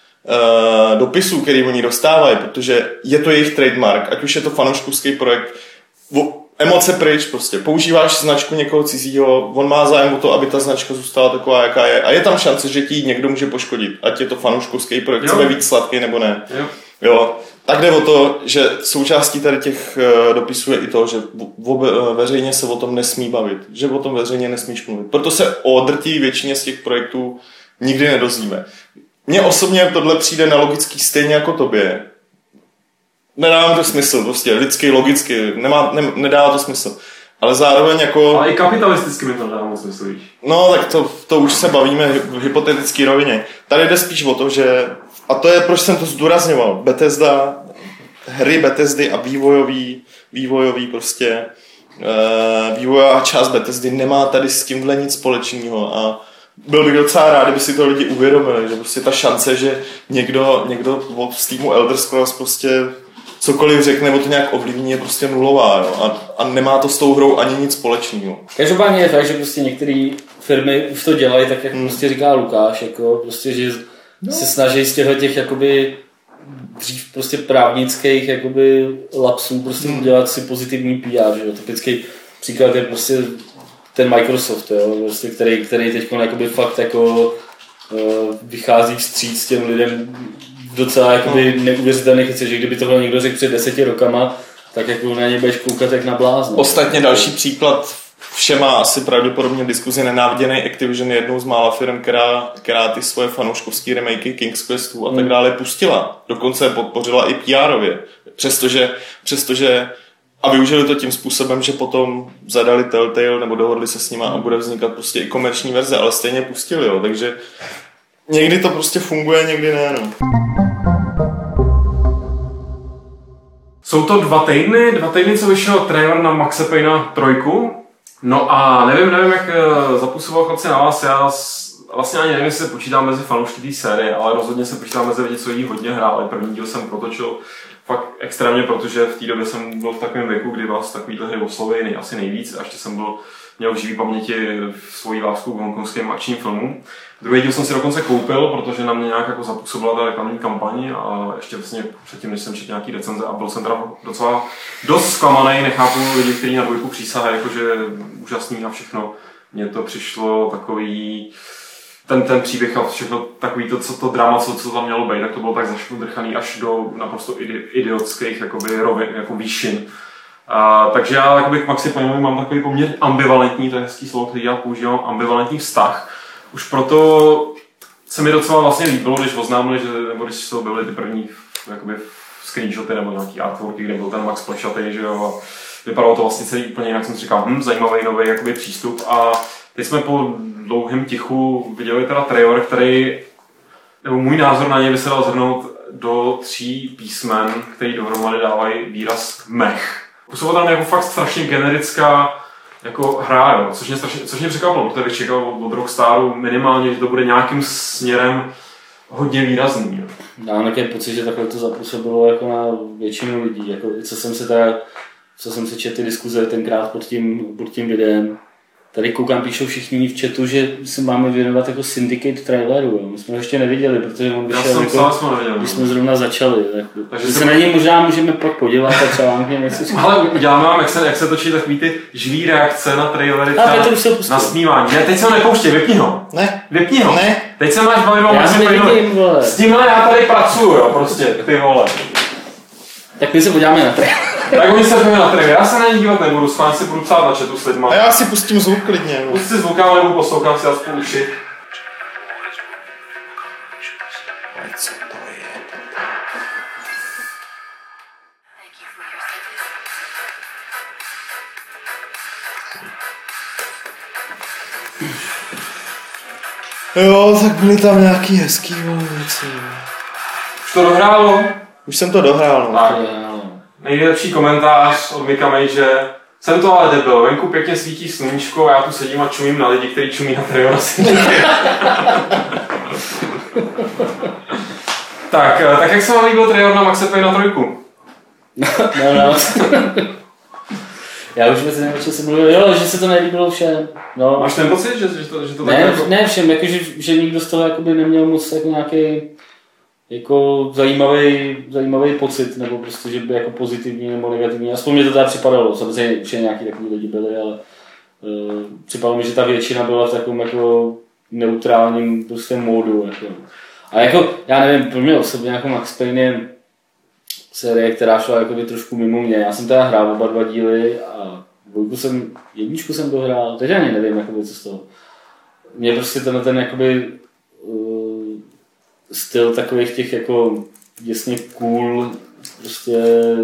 dopisů, který oni dostávají, protože je to jejich trademark, ať už je to fanouškovský projekt, emoce pryč, prostě používáš značku někoho cizího, on má zájem o to, aby ta značka zůstala taková, jaká je a je tam šance, že ti někdo může poškodit, ať je to fanouškovský projekt, sebe víc sladký nebo ne. Jo. Tak jde o to, že součástí tady těch dopisů je i to, že veřejně se o tom nesmí bavit, že o tom veřejně nesmíš mluvit. Proto se o drtí většině z těch projektů nikdy nedozvíme. Mně osobně tohle přijde nelogický stejně jako tobě. Nedává to smysl, prostě lidsky, logicky, nedává to smysl. Ale zároveň jako... Ale i kapitalisticky mi to nedává moc smysl, víš. No, tak to už se bavíme v hypotetické rovině. Tady jde spíš o to, že... A to je, proč jsem to zdůrazňoval. Bethesda hry Bethesdy a vývojový prostě vývojová část Bethesdy nemá tady s tímhle nic společného a byl bych docela rád, kdyby si to lidi uvědomili, že prostě ta šance, že někdo z týmu Elder Scrolls prostě cokoliv řekne nebo to nějak ovlivní, je prostě nulová, jo? A nemá to s tou hrou ani nic společného. Každopádně je fakt, že prostě některé firmy už to dělají tak, jak prostě říká Lukáš, jako prostě, že se snaží z těch jakoby dřív prostě právnických jakoby lapsů prostě udělat si pozitivní PR, že jo. Typický příklad je prostě ten Microsoft, jo, prostě, který teď jakoby fakt jako vychází vstříc těm lidem v docela jakoby neuvěřitelných věcech, že kdyby tohle někdo řekl před 10 rokama, tak jako na ně budeš koukat jak na blázna. Ostatně další příklad všema asi pravděpodobně diskuzi nenáviděný Activision je jednou z mála firm, která ty svoje fanouškovský remakey King's Questů a tak dále pustila. Dokonce podpořila i PR-ově. Přestože a využili to tím způsobem, že potom zadali Telltale nebo dohodli se s nima a bude vznikat prostě i komerční verze, ale stejně pustili, jo. Takže někdy to prostě funguje, někdy ne, no. Jsou to 2 týdny, co vyšel trailer na Maxe Payna 3. No a nevím, jak zapůsobil chlapci na vás, já vlastně ani nevím, jestli se počítám mezi fanoušky té série, ale rozhodně se počítám mezi lidi, co jí hodně hráli. První díl jsem protočil fakt extrémně, protože v té době jsem byl v takovém věku, kdy vás takovýhle hry oslovily asi nejvíc, a ještě jsem měl v živý paměti svoji lásku k hongkongským akčním filmům. Druhý díl jsem si dokonce koupil, protože na mě nějak jako zapůsobila ta reklamní kampaň a ještě vlastně předtím, než jsem četl nějaký recenze a byl jsem teda docela dost zklamaný, nechápu lidi, kteří na 2 přísahají, jakože úžasný a všechno. Mně to přišlo takový ten příběh a všechno takový to drama, co tam mělo být, tak to bylo tak zašmudrchaný až do naprosto idiotských jakoby rovin, jako výšin. Takže já jakoby k Maxi Paynovi mám takový poměrně ambivalentní, to je hezký slovo, který já používám, ambivalentní vztah. Už proto se mi docela vlastně líbilo, když oznámili, nebo když to byly ty první jakoby screenshoty nebo nějaký artworky, kde byl ten Max plešatý, že jo, a vypadalo to vlastně celý úplně jinak, jsem si říkal, zajímavý nový jakoby přístup a teď jsme po dlouhém tichu viděli teda trailer, který, nebo můj názor na něj by se dal shrnout do 3 písmen, který dohromady dávají výraz mech. Působila tam jako fakt strašně generická jako hra, jo, což mě překvapilo, protože bych čekal od Rockstaru minimálně, že to bude nějakým směrem hodně výrazný. Jo. Já mám takový pocit, že takhle to zapůsobilo jako na většinu lidí, jako co jsem si četl ty diskuze tenkrát pod tím videem. Tady koukám, píšou všichni v chatu, že se máme věnovat jako syndicate traileru. Jo. My jsme ho ještě neviděli, protože on vyšel, když jsme zrovna začali. Takže se na něj možná můžeme pak podívat a třeba mě něco říct. Ale uděláme vám, jak se točí takový ty živý reakce na trailery, na smívání. Ne, teď se ho nepouště, vypni ho. Ne. Vypni ho. Ne. Teď se máš bavit o Maxi Paynovi. S tímhle já tady pracuju, jo, prostě, ty vole. Tak my se podíváme na trailer. Tak oni se podíváme na trailer, já se na něj dívat nebudu, schválně si budu psát na chatu s lidma. A já si pustím zvuk klidně. Pust si zvuk, ale nebudu poslouchat si aspoň uši. Co to je? Jo, tak byly tam nějaký hezký věci. Už to dohrálo? Už jsem to dohrál, no. Tak. Nejlepší komentář od Mika Mage. Jsem to ale debil, venku pěkně svítí sluníčko a já tu sedím a čumím na lidi, kteří čumí na trailer. tak jak se vám líbil trailer na Maxe Payna 3? No. Já už nevím, o čem jsem mluvil, jo, že se to nelíbilo všem. No. Máš ten pocit, že to ne, jako... Ne všem, jako, že nikdo z toho jakoby neměl moc jako nějaký jako zajímavý pocit, nebo prostě, že by jako pozitivní nebo negativní. Aspoň mě to teda připadalo, samozřejmě že nějaký takový lidi byli, ale připadalo mi, že ta většina byla v takovém jako neutrálním prostě módu. Jako. A jako, já nevím, pro mě osobně jako Max Payne je série, která šla jakoby trošku mimo mě. Já jsem teda hrál oba 2 díly a jedničku jsem dohrál, teď ani nevím, jakoby, co z toho. Mě prostě ten jakoby styl takových těch jako jasně cool prostě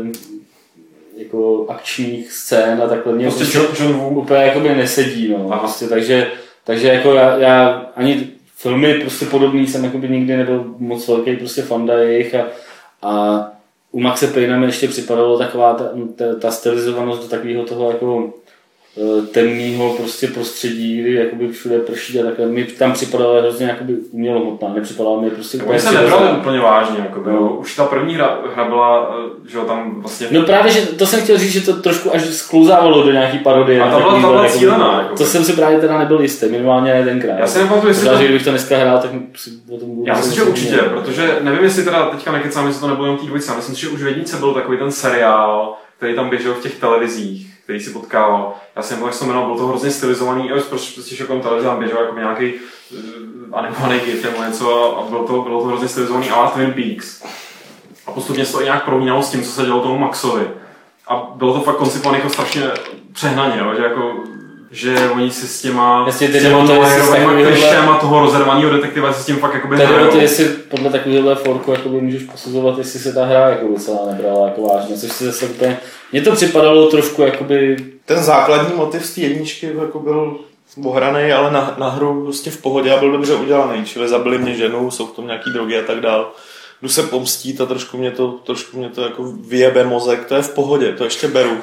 jako akčních scén a takhle mě prostě úplně jakoby nesedí, no. Prostě, takže jako já ani filmy prostě podobný jsem jakoby nikdy nebyl moc velký prostě fanda jejich a u Maxe Payna mi ještě připadalo taková ta stylizovanost do takového toho jako temného prostě prostředí, kdy jakoby všude prší a takhle. Mi tam připadalo hrozně jakoby umělohmotná, nepřipadalo mi prostě úplně... Oni se nebrali úplně vážně, jakoby, no. Už ta první hra byla, že jo, tam vlastně... No právě, že to jsem chtěl říct, že to trošku až sklouzávalo do nějaký parodie. A ta byla cílená. Jakoby. To jsem si právě teda nebyl jistý, minimálně ne tenkrát. Já si nepamatuji, jestli to... kdybych to dneska hrál, tak si o tom budu... Já myslím, že určitě, protože nevím, jestli teda teďka nekecám, jestli to nebylo jenom tý dvojce, myslím si, že už v jednice byl takový ten seriál, který tam běžel v těch televizích, který si potkával. Já si nepamatuji, jak se to jmenoval, byl to hrozně stylizovaný, prostě šokom televize tam běžel jako nějaký animovaný gif nebo něco a bylo to hrozně stylizovaný a Twin Peaks. A postupně se to i nějak promínalo s tím, co se dělo tomu Maxovi. A bylo to fakt koncipované jako strašně přehnaně, jo? Že oni si s těma klištěma toho rozervaného detektiva si s tím fakt jakoby hrajou. Tedy jestli podle takovéhle forku jakoby můžeš posuzovat, jestli se ta hra jakoby celá nebrala jako vážně, což si zase úplně... Mně to připadalo trošku jakoby... Ten základní motiv z té jedničky jako byl ohranej, ale na hru prostě v pohodě a byl dobře udělaný, čili zabili mě ženu, jsou v tom nějaký drogy a tak dál. Jdu se pomstít a trošku mě to jako vyjebe mozek, to je v pohodě, to ještě beru.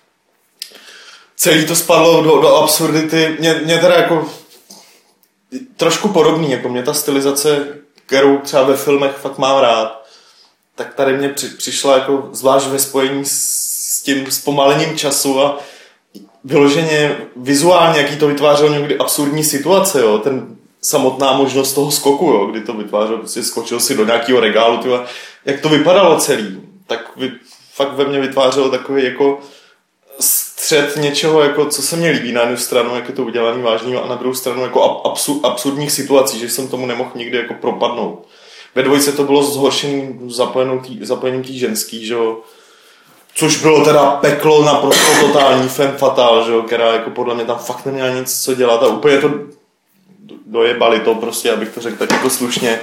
Celý to spadlo do absurdity. Mě teda jako trošku podobný, jako mě ta stylizace, kterou třeba ve filmech fakt mám rád, tak tady mě přišla jako zvlášť ve spojení s tím zpomalením času a vyloženě vizuálně, jaký to vytvářelo někdy absurdní situace, jo, ten samotná možnost toho skoku, jo, kdy to vytvářel, prostě skočil si do nějakého regálu, tyhle, jak to vypadalo celý, tak fakt ve mně vytvářelo takový jako střed něčeho, jako, co se mně líbí na jednu stranu, jak je to udělaný vážný, a na druhou stranu jako absurdních situací, že jsem tomu nemohl nikdy jako propadnout. Ve dvojce to bylo zhoršeným zapojením tý ženský, že jo, což bylo teda peklo naprosto totální femme fatale, že jo, která jako podle mě tam fakt neměla nic co dělat a úplně to dojebali to prostě, abych to řekl tak jako slušně.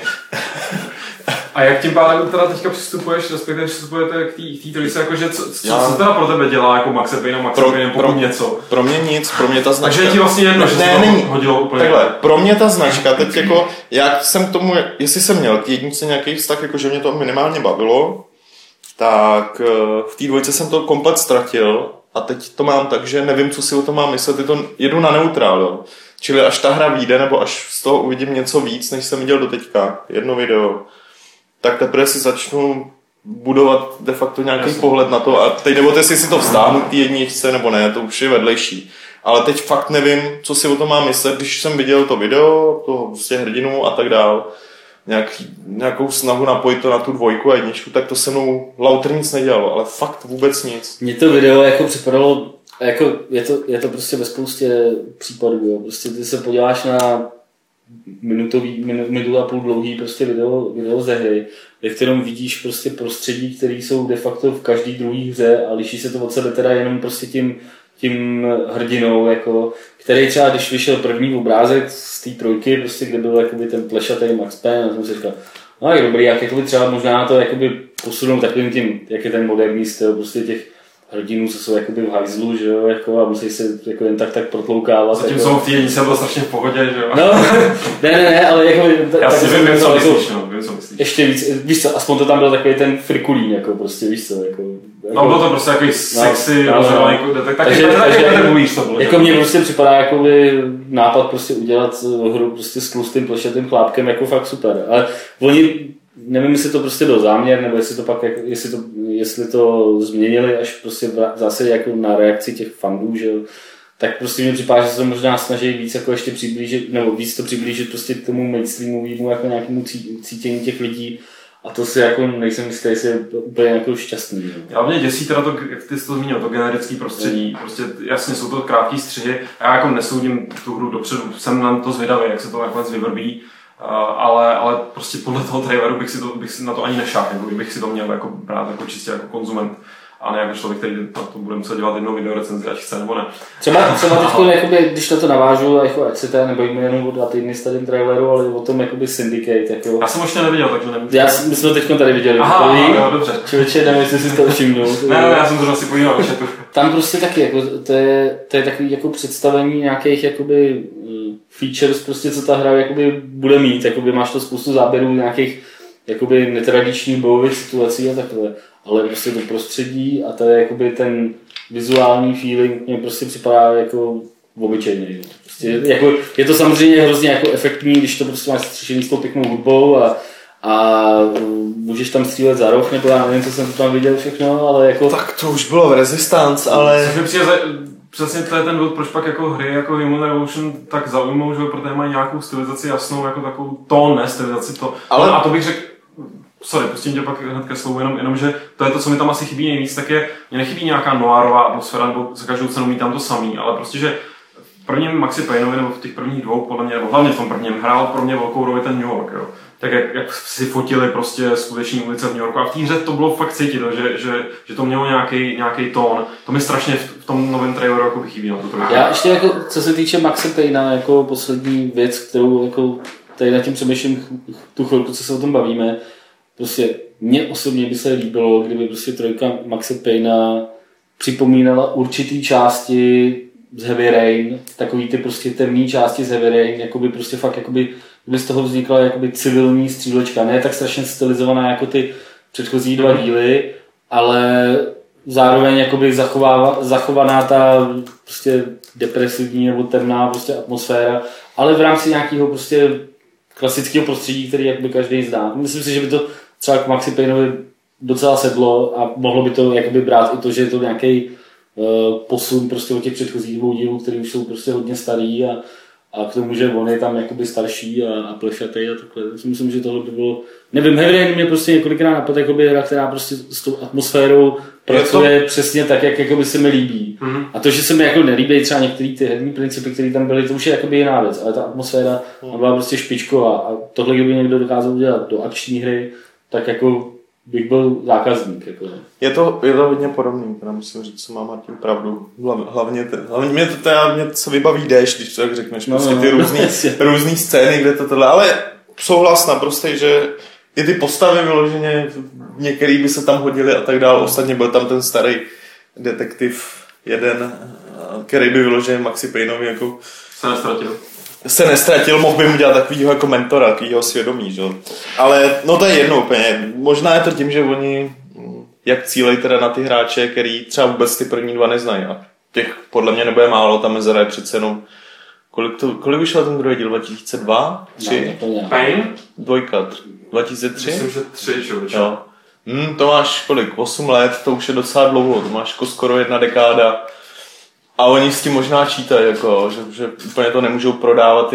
A jak tím pádem teda teďka přistupuješ, respektive přistupujete k té trojice, jakože co teda pro tebe dělá jako Maxe Payne, pokud něco? Pro mě nic, pro mě ta značka... Takže ti vlastně jedno, že se to hodilo úplně... Takhle, pro mě ta značka, teď jako, já jsem k tomu, jestli jsem měl k jedničce nějaký vztah, jako že mě to minimálně bavilo, tak v té dvojce jsem to komplet ztratil a teď to mám tak, že nevím, co si o tom mám myslet, jedu na neutrál, jo. Čili až ta hra vyjde, nebo až z toho uvidím něco víc, než jsem viděl doteďka, jedno video, tak teprve si začnu budovat de facto nějaký pohled na to a teď nebo jestli si to vzdáhnu k té jedničce nebo ne, to už je vedlejší. Ale teď fakt nevím, co si o tom mám myslet, když jsem viděl to video, toho prostě hrdinu a tak dál, nějakou snahu napojit to na tu dvojku a jedničku, tak to se mnou lauter nic nedělalo, ale fakt vůbec nic. Mně to video jako připadalo, jako je to prostě ve spoustě případů, jo. Prostě ty se podíváš na minutu a půl dlouhý prostě video ze hry, ve kterém vidíš prostě prostředí, které jsou de facto v každý druhý hře a liší se to od sebe teda jenom prostě tím hrdinou, jako, který třeba, když vyšel první obrázek z té trojky, prostě, kde byl jakoby ten plešatý Max Payne, a jsem si říkal, no je dobrý, jak jakoby třeba možná to jakoby posunou takovým tím, jak je ten moderní styl, prostě těch hrdinů, co jsou jakoby v hajzlu, že jo, jako, a musí se jako jen tak protloukávat. Zatím jsou v té jednice bylo strašně v pohodě, že jo. No, ne, ale jako... Já si vím, co myslíš, no, ještě víc, víš co, aspoň to tam byl takový ten frikulín, jako prostě, víš co, jako... No, bylo to prostě takový sexy, rozhodovaný, taky to bylo. Jako mně prostě připadá jakoby nápad prostě udělat hru prostě s tlustým plešatým chlápkem, jako fakt super, ale oni... Nevím, jestli to prostě byl záměr, nebo jestli to pak, jestli to změnili až prostě zase jako na reakci těch fandů, že jo. Tak prostě mi připadá, že se to možná snaží víc jako ještě přiblížit, nebo víc to přiblížit prostě k tomu mainstreamovému jako nějakému cítění těch lidí. A to si jako nejsem jistý, jestli je úplně jako šťastný. Jo. Já mě děsí teda to, jak ty jsi to zmínil, to generické prostředí. Prostě jasně jsou to krátký střihy a já jako nesoudím tu hru dopředu, jsem na to zvědavý, jak se to nakonec vyvrbí. Ale prostě podle toho traileru bych si na to ani nešáhl, bych si to měl jako brát jako čistě jako konzument a ne jako člověk, který na to bude muset dělat jednou videorecenzi, ať chce nebo ne. Třeba teď, když na to navážu, jako ať se to nebojíme jenom o 2 týdny s tady traileru, ale o tom jakoby Syndicate. Jako... Já jsem ještě neviděl, takže nevím. My jsme to teď tady viděli. Aha, dobře. Člověče, nevím, jestli si to všimnul. Ne, já jsem to asi podíval. Tam prostě taky, jako, to je takový jako představení nějakých jakoby features, prostě, co ta hra jakoby bude mít. Jakoby máš to spoustu záběrů nějakých jakoby netradičních bojových situací a takhle, ale prostě to prostředí a to je jakoby ten vizuální feeling mě prostě připadá jako obyčejný. Prostě, jako, je to samozřejmě hrozně jako efektní, když to prostě máš střešený s tou pěknou hudbou a můžeš tam střílet za roh, nebo já nevím, co jsem tam viděl všechno, ale jako... Tak to už bylo v Resistance, ale... Přesně to je ten důvod, proč pak jako hry jako Human Revolution tak zaujmou, že protože mají nějakou stylizaci jasnou, jako takovou tón, ne stylizaci to. Ale... A to bych řekl, sorry, pustím tě pak hned ke slovu, jenom že to je to, co mi tam asi chybí nejvíc, tak je, mě nechybí nějaká noárová atmosféra, nebo za každou cenu mít tam to samý, ale prostě, že v prvním Maxi Payneovi, nebo v těch prvních dvou, podle mě, nebo hlavně v tom prvním, hrál pro mě velkou roli ten New York, jo. Tak jak si fotili prostě skuteční ulice v New Yorku a v té hře to bylo fakt cítit, že to mělo nějaký tón. To mi strašně v tom novém traileru jako chybí na to trochu. Já ještě jako, co se týče Maxi Payna, jako poslední věc, kterou jako tady nad tím přemýšlím tu chvilku, co se o tom bavíme, prostě mně osobně by se líbilo, kdyby prostě trojka Maxi Payna připomínala určitý části z Heavy Rain, takový ty prostě temný části z Heavy Rain, jakoby prostě fakt jakoby by z toho vznikla jakoby civilní střílečka, ne tak strašně stylizovaná jako ty předchozí dva díly, ale zároveň jakoby zachovaná ta prostě depresivní nebo temná prostě atmosféra, ale v rámci nějakého prostě klasického prostředí, který jakoby každý zná. Myslím si, že by to třeba k Maxi Payneovi docela sedlo a mohlo by to jakoby brát i to, že je to nějaký posun prostě od těch předchozích dvou dílů, které už jsou prostě hodně starý a k tomu, že on je tam jakoby starší a plešatý a takhle. Myslím, že tohle by bylo... Nevím, Heavy Rain mě prostě několikrát napadl jakoby hra, která prostě s tou atmosférou pracuje přesně tak, jak jakoby se mi líbí. Mm-hmm. A to, že se mi jako nelíbí třeba některé ty herní principy, které tam byly, to už je jakoby jiná věc, ale ta atmosféra byla prostě špičková a tohle, kdyby někdo dokázal udělat do akční hry, tak jako bych byl zákazník. Jako. Je to hodně podobný, teda musím říct, co má Martin pravdu. Hlavně mě se vybaví déšť, když to tak řekneš, prostě ty různý scény, kde to tohle, ale souhlas naprosto, že i ty postavy vyloženě, některý by se tam hodili a tak dále, ostatně byl tam ten starý detektiv jeden, který by vyloženě Maxi Payneovi jako se nestratil, mohl by mu dělat takovýho jako mentora, takovýho svědomí, že? Ale no to je jedno úplně. Možná je to tím, že oni jak cílejí teda na ty hráče, který třeba vůbec ty první dva neznají. A těch podle mě nebude málo, ta mezera je přece jenom... Kolik vyšel ten druhý díl? 2002? 3? Pain? 2? 2003? Myslím, že 3, člověče. To máš kolik? 8 let, to už je docela dlouho, to máš jako skoro 1 dekáda. A oni s tím možná čítají, jako, že úplně to nemůžou prodávat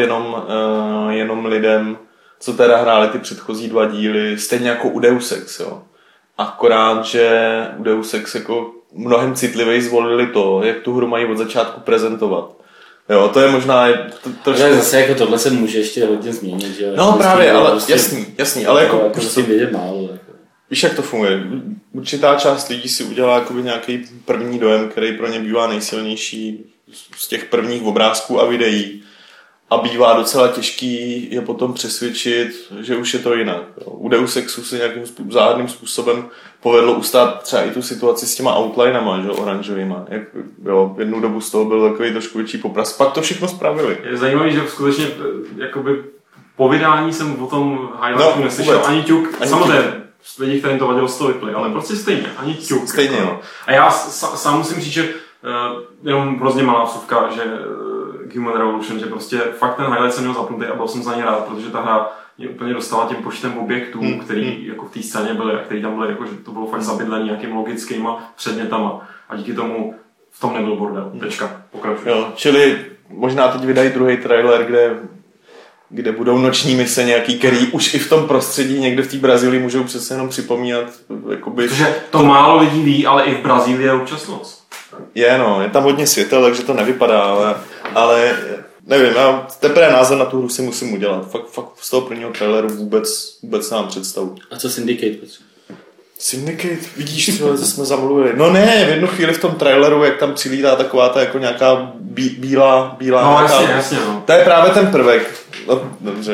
jenom lidem, co teda hráli ty předchozí 2 díly, stejně jako u Deus Ex, jo. Akorát, že u Deus Ex jako mnohem citlivěji zvolili to, jak tu hru mají od začátku prezentovat. Jo, to je možná... Ale zase jako tohle se může ještě hodně změnit, že jo. No právě, ale prostě, jasný, ale jako... Prostě vědět málo, jako. Víš, jak to funguje? Určitá část lidí si udělá jakoby nějaký první dojem, který pro ně bývá nejsilnější z těch prvních obrázků a videí. A bývá docela těžký je potom přesvědčit, že už je to jinak. U Deus Exu se nějakým záhadným způsobem povedlo ustát třeba i tu situaci s těma outlinama, že, oranžovýma. Jo, jednu dobu z toho byl takový trošku větší popras. Pak to všechno spravili. Je zajímavý, že skutečně jakoby po vydání jsem o tom highlightu neslyšel ani ťuk. Samozřejmě lidi, kterým to vadilo, z toho vypli, ale prostě stejně, ani ťuk. Stejně, jako. no. A já sám musím říct, že jenom hrozně malá vsuvka, že Human Revolution, že prostě fakt ten highlight jsem měl zapnutý a byl jsem za ně rád, protože ta hra mě úplně dostala tím počtem objektů, který jako v té scéně byly a který tam byly, jako, že to bylo fakt zabydlený nějakým logickýma předmětama a díky tomu v tom nebyl bordel. Tečka. Pokračuj. Jo, čili možná teď vydají druhý trailer, kde budou noční mise nějaký, který už i v tom prostředí někde v té Brazílii můžou přece jenom připomínat. Jakoby, protože to málo lidí ví, ale i v Brazílii je občas noc. Je tam hodně světel, takže to nevypadá, ale nevím, já teprve názor na tu hru si musím udělat. Fakt z toho prvního traileru vůbec nám představu. A co Syndicate? Syndicate, vidíš, co jsme zamluvili. No ne, v jednu chvíli v tom traileru, jak tam přilítá taková ta jako nějaká bílá no, nějaká... jasně, no. To je právě ten prvek. No, dobře,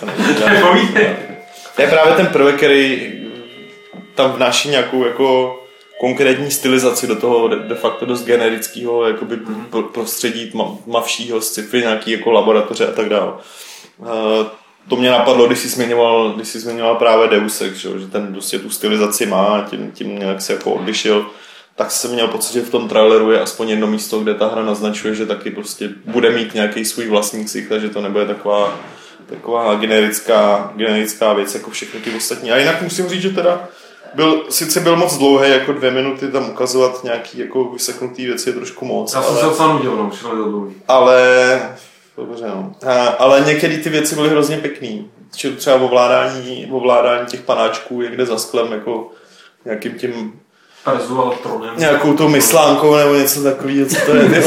to je právě ten prvek, který tam vnáší nějakou jako konkrétní stylizaci do toho de facto dost generického jakoby prostředí tmavšího, sci-fi, nějaký jako laboratoře a tak dále. to mě napadlo, když jsi zmiňoval právě Deus Ex, že ten prostě tu stylizaci má a tím nějak se jako odlišil, tak jsem měl pocit, že v tom traileru je aspoň jedno místo, kde ta hra naznačuje, že taky prostě bude mít nějaký svůj vlastní ksich, takže to nebude taková generická věc jako všechny ty ostatní. A jinak musím říct, že teda sice byl moc dlouhý, jako 2 minuty tam ukazovat nějaký jako vyseknutý věci je trošku moc. Já jsem se docela nudil, no, přišel do dlouhý. Dobře, no. Ale některé ty věci byly hrozně pěkný. Třeba ovládání těch panáčků někde za sklem, jako nějakým tím tronem. Nějakou tou myslánkou nebo něco takového, co to je.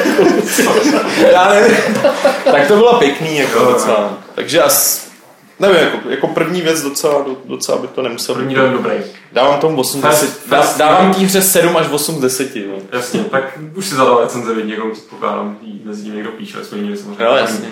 Já nevím. Tak to bylo pěkný, jako docela. Takže nevím, jako první věc docela by to nemusel být. První den dobrý. Dávám tomu 8 10. Dávám té hře 7 až 8 z 10. Jo. Jasně, tak už si zadal recenze, věď někomu předpokládám, mezi tím někdo píše, jsme někdy samozřejmě. Jo, jasně.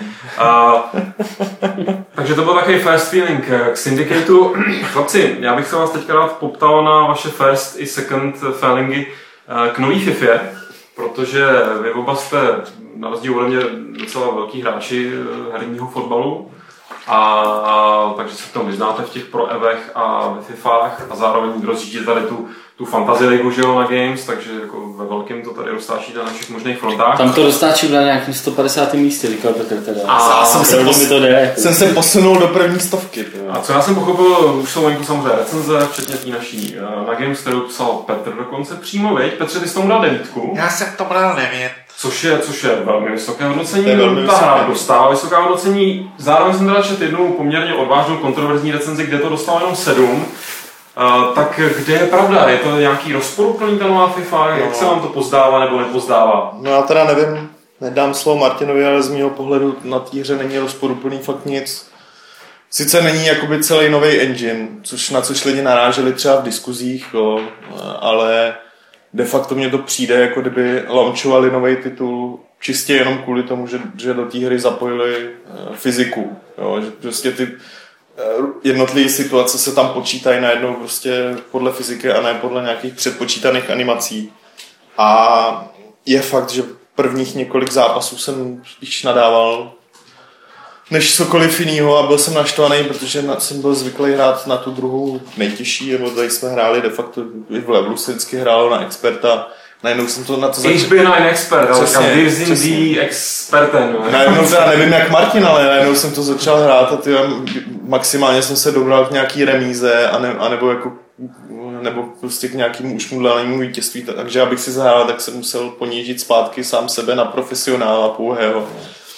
Takže to byl takový first feeling k Syndicateu. Chlapci, já bych se vás teďka rád poptal na vaše first i second feelingy k nový Fifě, protože vy oba jste na rozdíl ode mě docela velký hráči herního fotbalu. Takže se v tom vyznáte v těch Pro Evech a ve Fifách a zároveň rozjíždíte tady tu fantasy ligu, že jo, na Games, takže jako ve velkém to tady roztáčíte na všech možných frontách. Tam to roztáčím na nějakém 150. místě, říkal Petr teda. Jsem se posunul do první 100. A co já jsem pochopil, už jsou venku samozřejmě recenze, včetně té naší na Games, kterou psal Petr dokonce přímo, veď? Petře, ty jsi tomu dal 9. Já jsem to bral 9. Což je velmi vysoké hodnocení, ta hra dostává vysoká hodnocení. Zároveň jsem teda četl jednu poměrně odvážnou kontroverzní recenzi, kde to dostalo jenom 7. Tak kde je pravda? Je to nějaký rozporuplný ta nová FIFA? Jak se vám to pozdává nebo nepozdává? No já teda nevím, nedám slovo Martinovi, ale z mého pohledu na té hře není rozporuplný fakt nic. Sice není jakoby celý nový engine, na což lidi naráželi třeba v diskuzích, jo, ale de facto mně to přijde, jako kdyby launchovali nový titul čistě jenom kvůli tomu, že do té hry zapojili fyziku. Jo, že prostě ty jednotlivé situace se tam počítají najednou prostě podle fyziky a ne podle nějakých předpočítaných animací. A je fakt, že prvních několik zápasů jsem spíš nadával než cokoliv jinýho a byl jsem naštvaný, protože jsem byl zvyklý hrát na tu druhou nejtěžší, nebo tady jsme hráli de facto i v levelu se vždycky hrálo na experta. Najednou jsem to na to začal... Ich bin ein Expert, ale wir sind die Experten. Najednou teda nevím jak Martin, ale najednou jsem to začal hrát a maximálně jsem se dobral k nějaký remíze nebo prostě k nějakému ušmudlanému vítězství, takže abych si zahrál, tak jsem musel ponížit zpátky sám sebe na profesionála pouhého.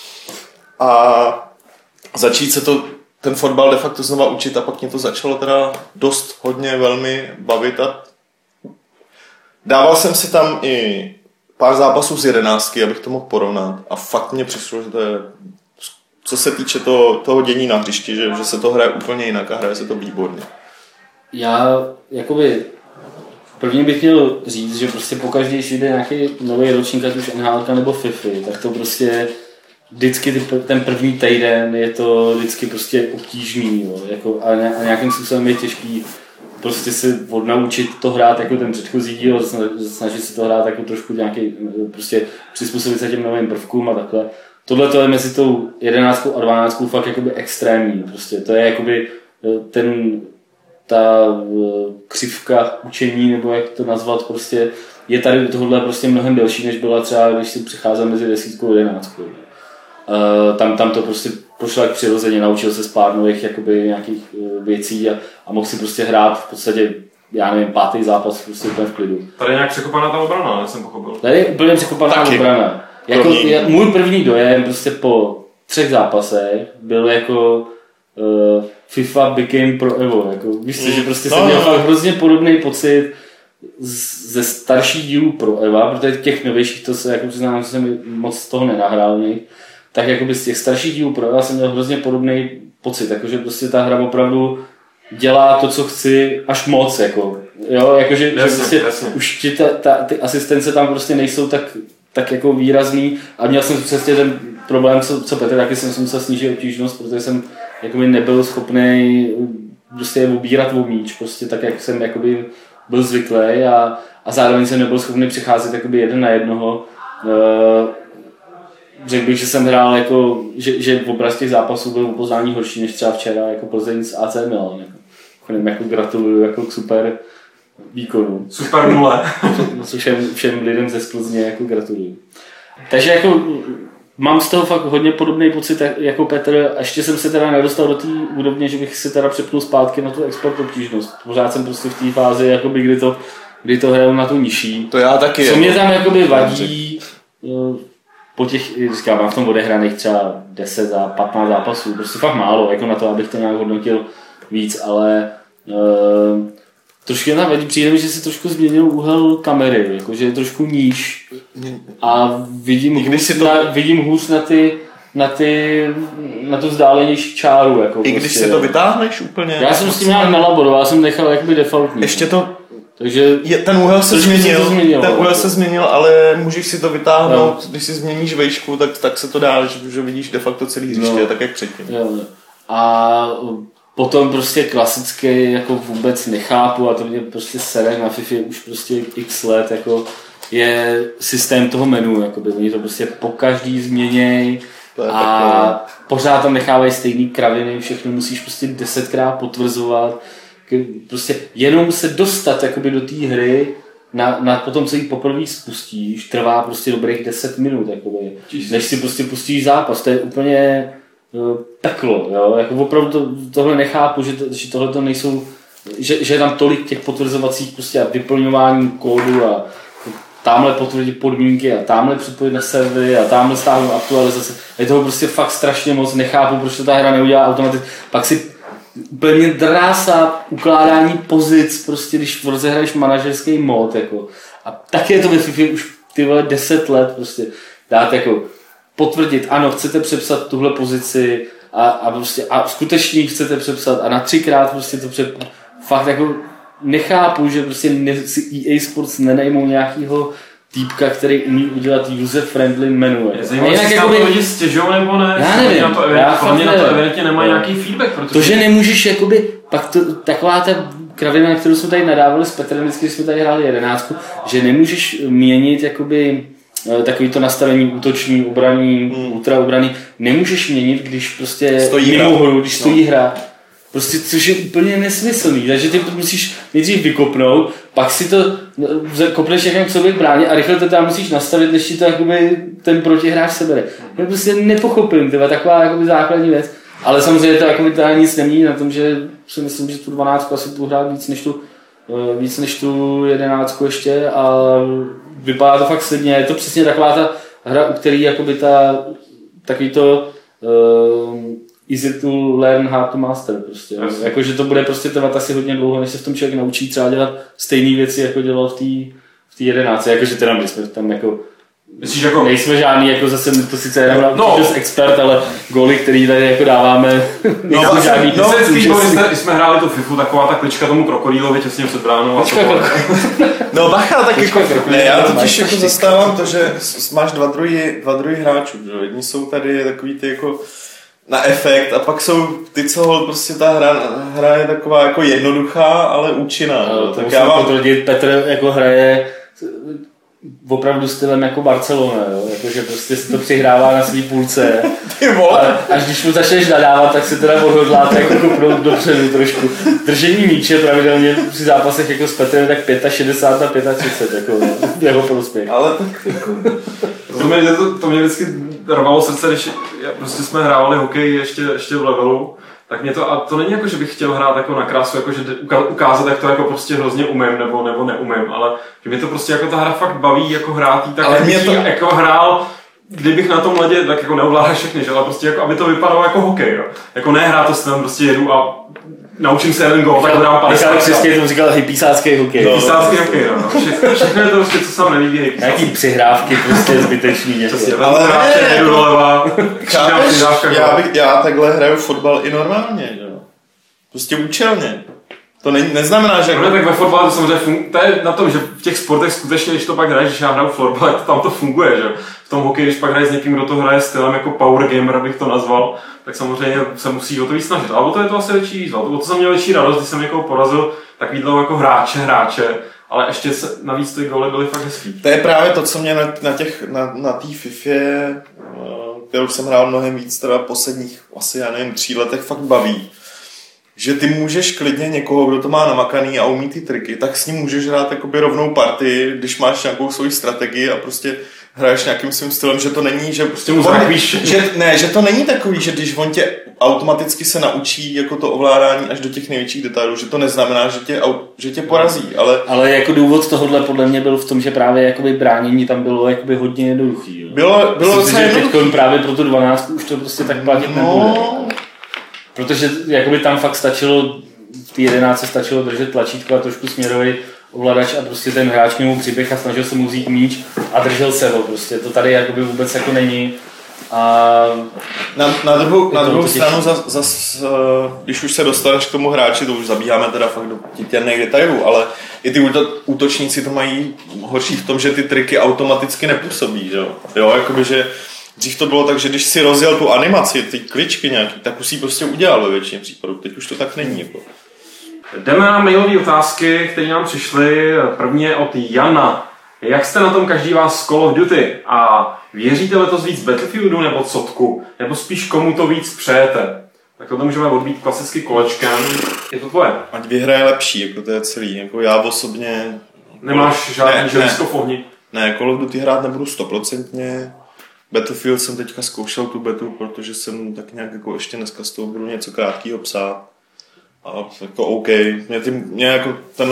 A začít se ten fotbal de facto znova učit a pak mě to začalo teda dost hodně velmi bavit a dával jsem si tam i pár zápasů z 11, abych to mohl porovnat a fakt mě přišlo, že to je, co se týče toho dění na hřišti, že se to hraje úplně jinak a hraje se to výborně. Já jakoby první bych měl říct, že prostě pokaždé, když jde nějaký nový ročník, ať už NHL nebo FIFA, tak to prostě vždycky ten první týden je to vždycky prostě obtížný, jo, jako, a nějakým způsobem je těžký prostě se odnaučit to hrát jako ten předchozí díl, snažit se to hrát jako trošku nějaký, prostě přizpůsobit se těm novým prvkům a takhle. Tohle to je mezi tou 11 a 12 fakt jakoby extrémní, prostě to je jakoby ta křivka učení, nebo jak to nazvat, prostě je tady tohle prostě mnohem delší, než byla třeba, když si přicházel mezi 10 a 11. Tam to prostě prošlo jak přirozeně, naučil se pár nových jakoby nějakých věcí a mohl si prostě hrát v podstatě, já nevím, 5. zápas prostě úplně v klidu. Tady je nějak překopaná ta obrana, jsem pochopil. Tady je úplně překopaná obrana. Jako, můj první dojem prostě po 3 zápasech byl jako FIFA became pro Evo. Jako, víš co, že prostě jsem měl fakt hrozně podobný pocit ze starších dílů pro Eva, protože těch novějších to se, jako přiznám, že jsem moc z toho nenahrál něj. Tak jakoby z těch starších dílů pro Eva jsem měl hrozně podobný pocit, jakože prostě ta hra opravdu dělá to, co chci, až moc, jako, jo, jakože prostě už ty asistence tam prostě nejsou tak jako výrazný a měl jsem přesně ten problém, co Petr, taky jsem musel snížit obtížnost, protože jsem jakoby nebyl schopný prostě obírat o míč, prostě tak, jak jsem jakoby byl zvyklý a zároveň jsem nebyl schopný přicházet jakoby jeden na jednoho. řekl bych, že jsem hrál jako, že v obraz těch zápasů byl upoznání horší než třeba včera jako Plzeň s AC Milan. Jako gratuluju jako k super výkonu. Super nule. Všem lidem ze Plzně jako gratuluju. Takže jako mám z toho fakt hodně podobný pocit jako Petr a ještě jsem se teda nedostal do té úrovně, že bych si teda přepnul zpátky na tu export obtížnost. Pořád jsem prostě v té fázi, jakoby, kdy to hraju na tu nižší. To já taky. Co mě tam jakoby vadí, po těch, říkám, mám v tom odehraných třeba 10 za 15 zápasů, prostě fakt málo, jako na to, abych to nějak hodnotil víc, ale trošku tam vadí, přijde mi, že si trošku změnil úhel kamery, jakože je trošku níž a vidím hůř na tu vzdálenější čáru. Jako I když si to vytáhneš úplně? Já jsem s tím nějak nalaboroval, já jsem nechal jakoby defaultní. Ještě to... Takže ten úhel se změnil, ale můžeš si to vytáhnout, když si změníš vejšku, tak se to dá, že vidíš de facto celý hřiště, tak jak předtím. Jo. A potom prostě klasicky jako vůbec nechápu a to mě prostě sere na FIFA už prostě x let, jako je systém toho menu, jakoby. Oni to prostě po každý změněj a pořád tam nechávají stejný kraviny, všechno musíš prostě 10krát potvrzovat. Prostě jenom se dostat jakoby do té hry na potom, co ji poprvé spustíš, trvá prostě dobrých 10 minut, jakoby, než si prostě pustíš zápas. To je úplně peklo, jo? Jako opravdu tohle nechápu, že tohle to nejsou, že je tam tolik těch potvrzovacích prostě a vyplňování kódu a tamhle potvrdit podmínky a tamhle připojit na servery a tamhle stáhnout aktualizace. Je toho prostě fakt strašně moc, nechápu, proč to ta hra neudělá automaticky. Pak si úplně drásá ukládání pozic, prostě když rozehraješ manažerský mod, jako. A tak je to ve FIFA už ty vole 10 let, prostě dát jako potvrdit, ano, chcete přepsat tuhle pozici a skutečně chcete přepsat a na 3krát prostě to fakt jako nechápu, že prostě si EA Sports nenajmou nějakýho týpka, který umí udělat user-friendly menu. Zajímavé, jestli jako to lidi stěžou nebo ne. Já nevím. Na to evidentně nemá nějaký feedback. Protože... To, že nemůžeš jakoby, pak taková ta kravina, na kterou jsme tady nadávali s Petrem, vždycky, když jsme tady hráli 11, že nemůžeš měnit jakoby takový to nastavení útoční, obraný, ultraobraný, nemůžeš měnit, když prostě stojí mimo hru, když stojí hra. Prostě, což je úplně nesmyslný, takže ty to musíš nejdřív vykopnout, pak si to kopneš někam k sobě k bráně a rychle to tam musíš nastavit, než ti to jakoby ten protihráč sebere. Já prostě nepochopím, tyhle, taková jakoby základní věc, ale samozřejmě to jakoby teda nic nemění na tom, že si myslím, že tu 12 asi budu hrát víc než tu 11 ještě a vypadá to fakt slibně, je to přesně taková ta hra, u který jakoby takový to easy to learn, hard to master prostě. Jakože to bude prostě trvat asi hodně dlouho, než se v tom člověk naučí třeba dělat stejné věci, jako dělal v té 11. Jakože teda my jsme tam jako nejsme žádný, jako zase to sice jenom expert, ale góly, který tady jako dáváme, nejsme žádný. Když jsme hráli tu FIFU, taková ta klička tomu krokodýlovi těsně před bránou. No bacha, tak jako, ne, já totiž jako zastávám to, že máš dva druhy hráčů, že? Jedni jsou tady takový ty jako na efekt a pak jsou ty, co prostě ta hra je taková jako jednoduchá, ale účinná. No, tak já mám potvrdit, Petr jako hraje opravdu stylem jako Barcelona, jo? Jakože prostě si to přihrává na svý půlce. Až když mu začneš nadávat, tak si teda odhodláte jako kopnout dopředu trošku. Držení míče pravidelně při zápasech jako s Petrem tak 65 na 35 jako jeho prospěch. Ale tak jako... To mě vždycky rvalo srdce, když prostě jsme hrávali hokej ještě v levelu. Tak mě to, a to není jako, že bych chtěl hrát jako na krásu, jako že ukázat, jak to jako prostě hrozně umím nebo neumím, ale že mě to prostě jako ta hra fakt baví jako hrát, tak ale mě to jako hrál, kdybych na tom ledě, tak jako neovládal všechny, že? Ale prostě jako, aby to vypadalo jako hokej, jo. Jako ne hrát to s tam prostě jedu a naučím se jeden gól, tak ho dám 50. Michal Křestěj tomu říkal hypísácký hokej. No. Hypísácký hokej, no. Všechno je to prostě, co se vám nelíbí, hypísácký. Nějaký přihrávky prostě zbytečný. Ale ne, já takhle hraju fotbal i normálně, jo. Prostě účelně. To neznamená, že... No, tak ve fotbale to samozřejmě to je na tom, že v těch sportech skutečně, když to pak hraješ, když já hraju fotbal, tam to funguje, že? V tom hokeji, když pak hraješ s někým, kdo to hraje stylem jako power gamer, bych to nazval, tak samozřejmě se musí o to víc snažit. Ale o to je to asi větší výzva. O to jsem měl větší radost, když jsem někoho porazil takovýhle jako hráče, ale ještě navíc ty góly byly fakt hezký. To je právě to, co mě na té FIFA já už jsem hrál mnohem víc, teda posledních asi, já nevím, 3 letech fakt baví. Že ty můžeš klidně někoho, kdo to má namakaný a umí ty triky, tak s ním můžeš hrát jakoby rovnou partii, když máš nějakou svoji strategii a prostě hraješ nějakým svým stylem, že to není, že prostě mu zachvíš. že to není takový, že když on tě automaticky se naučí jako to ovládání až do těch největších detailů, že to neznamená, že tě porazí, ale jako důvod tohohle podle mě byl v tom, že právě jakoby bránění tam bylo jakoby hodně jednoduchý. Jo. Bylo myslím, že teď právě pro tu 12 už to prostě tak platit nebude. Protože jakoby tam fakt stačilo, v té 11 stačilo držet tlačítko a trošku směrový ovladač a prostě ten hráč k němu přiběh a snažil se mu vzít míč a držel se ho prostě. To tady jakoby vůbec jako není. A na druhou stranu, když už se dostaneš k tomu hráči, to už zabíháme teda fakt do těrných detailů, ale i ty útočníci to mají horší v tom, že ty triky automaticky nepůsobí, jo, jakoby, že dřív to bylo tak, že když si rozjel tu animaci, ty kličky nějaký, tak už si prostě udělal ve většině případů. Teď už to tak není. Jako. Jdeme na mailové otázky, které nám přišly. První je od Jana. Jak jste na tom každý vás z Call of Duty? A věříte letos víc Battlefieldu nebo Cotku? Nebo spíš komu to víc přejete? Tak to můžeme odbít klasicky kolečkem. Je to tvoje? Ať vyhraje lepší, jako to je celý. Jako já osobně... Nemáš žádný želisko v ohni? Ne, Call of Duty hrát nebudu 100%. Battlefield jsem teďka zkoušel tu betu, protože jsem tak nějak jako ještě dneska z toho budu něco krátkýho psát. A jako OK. Mě jako tenhle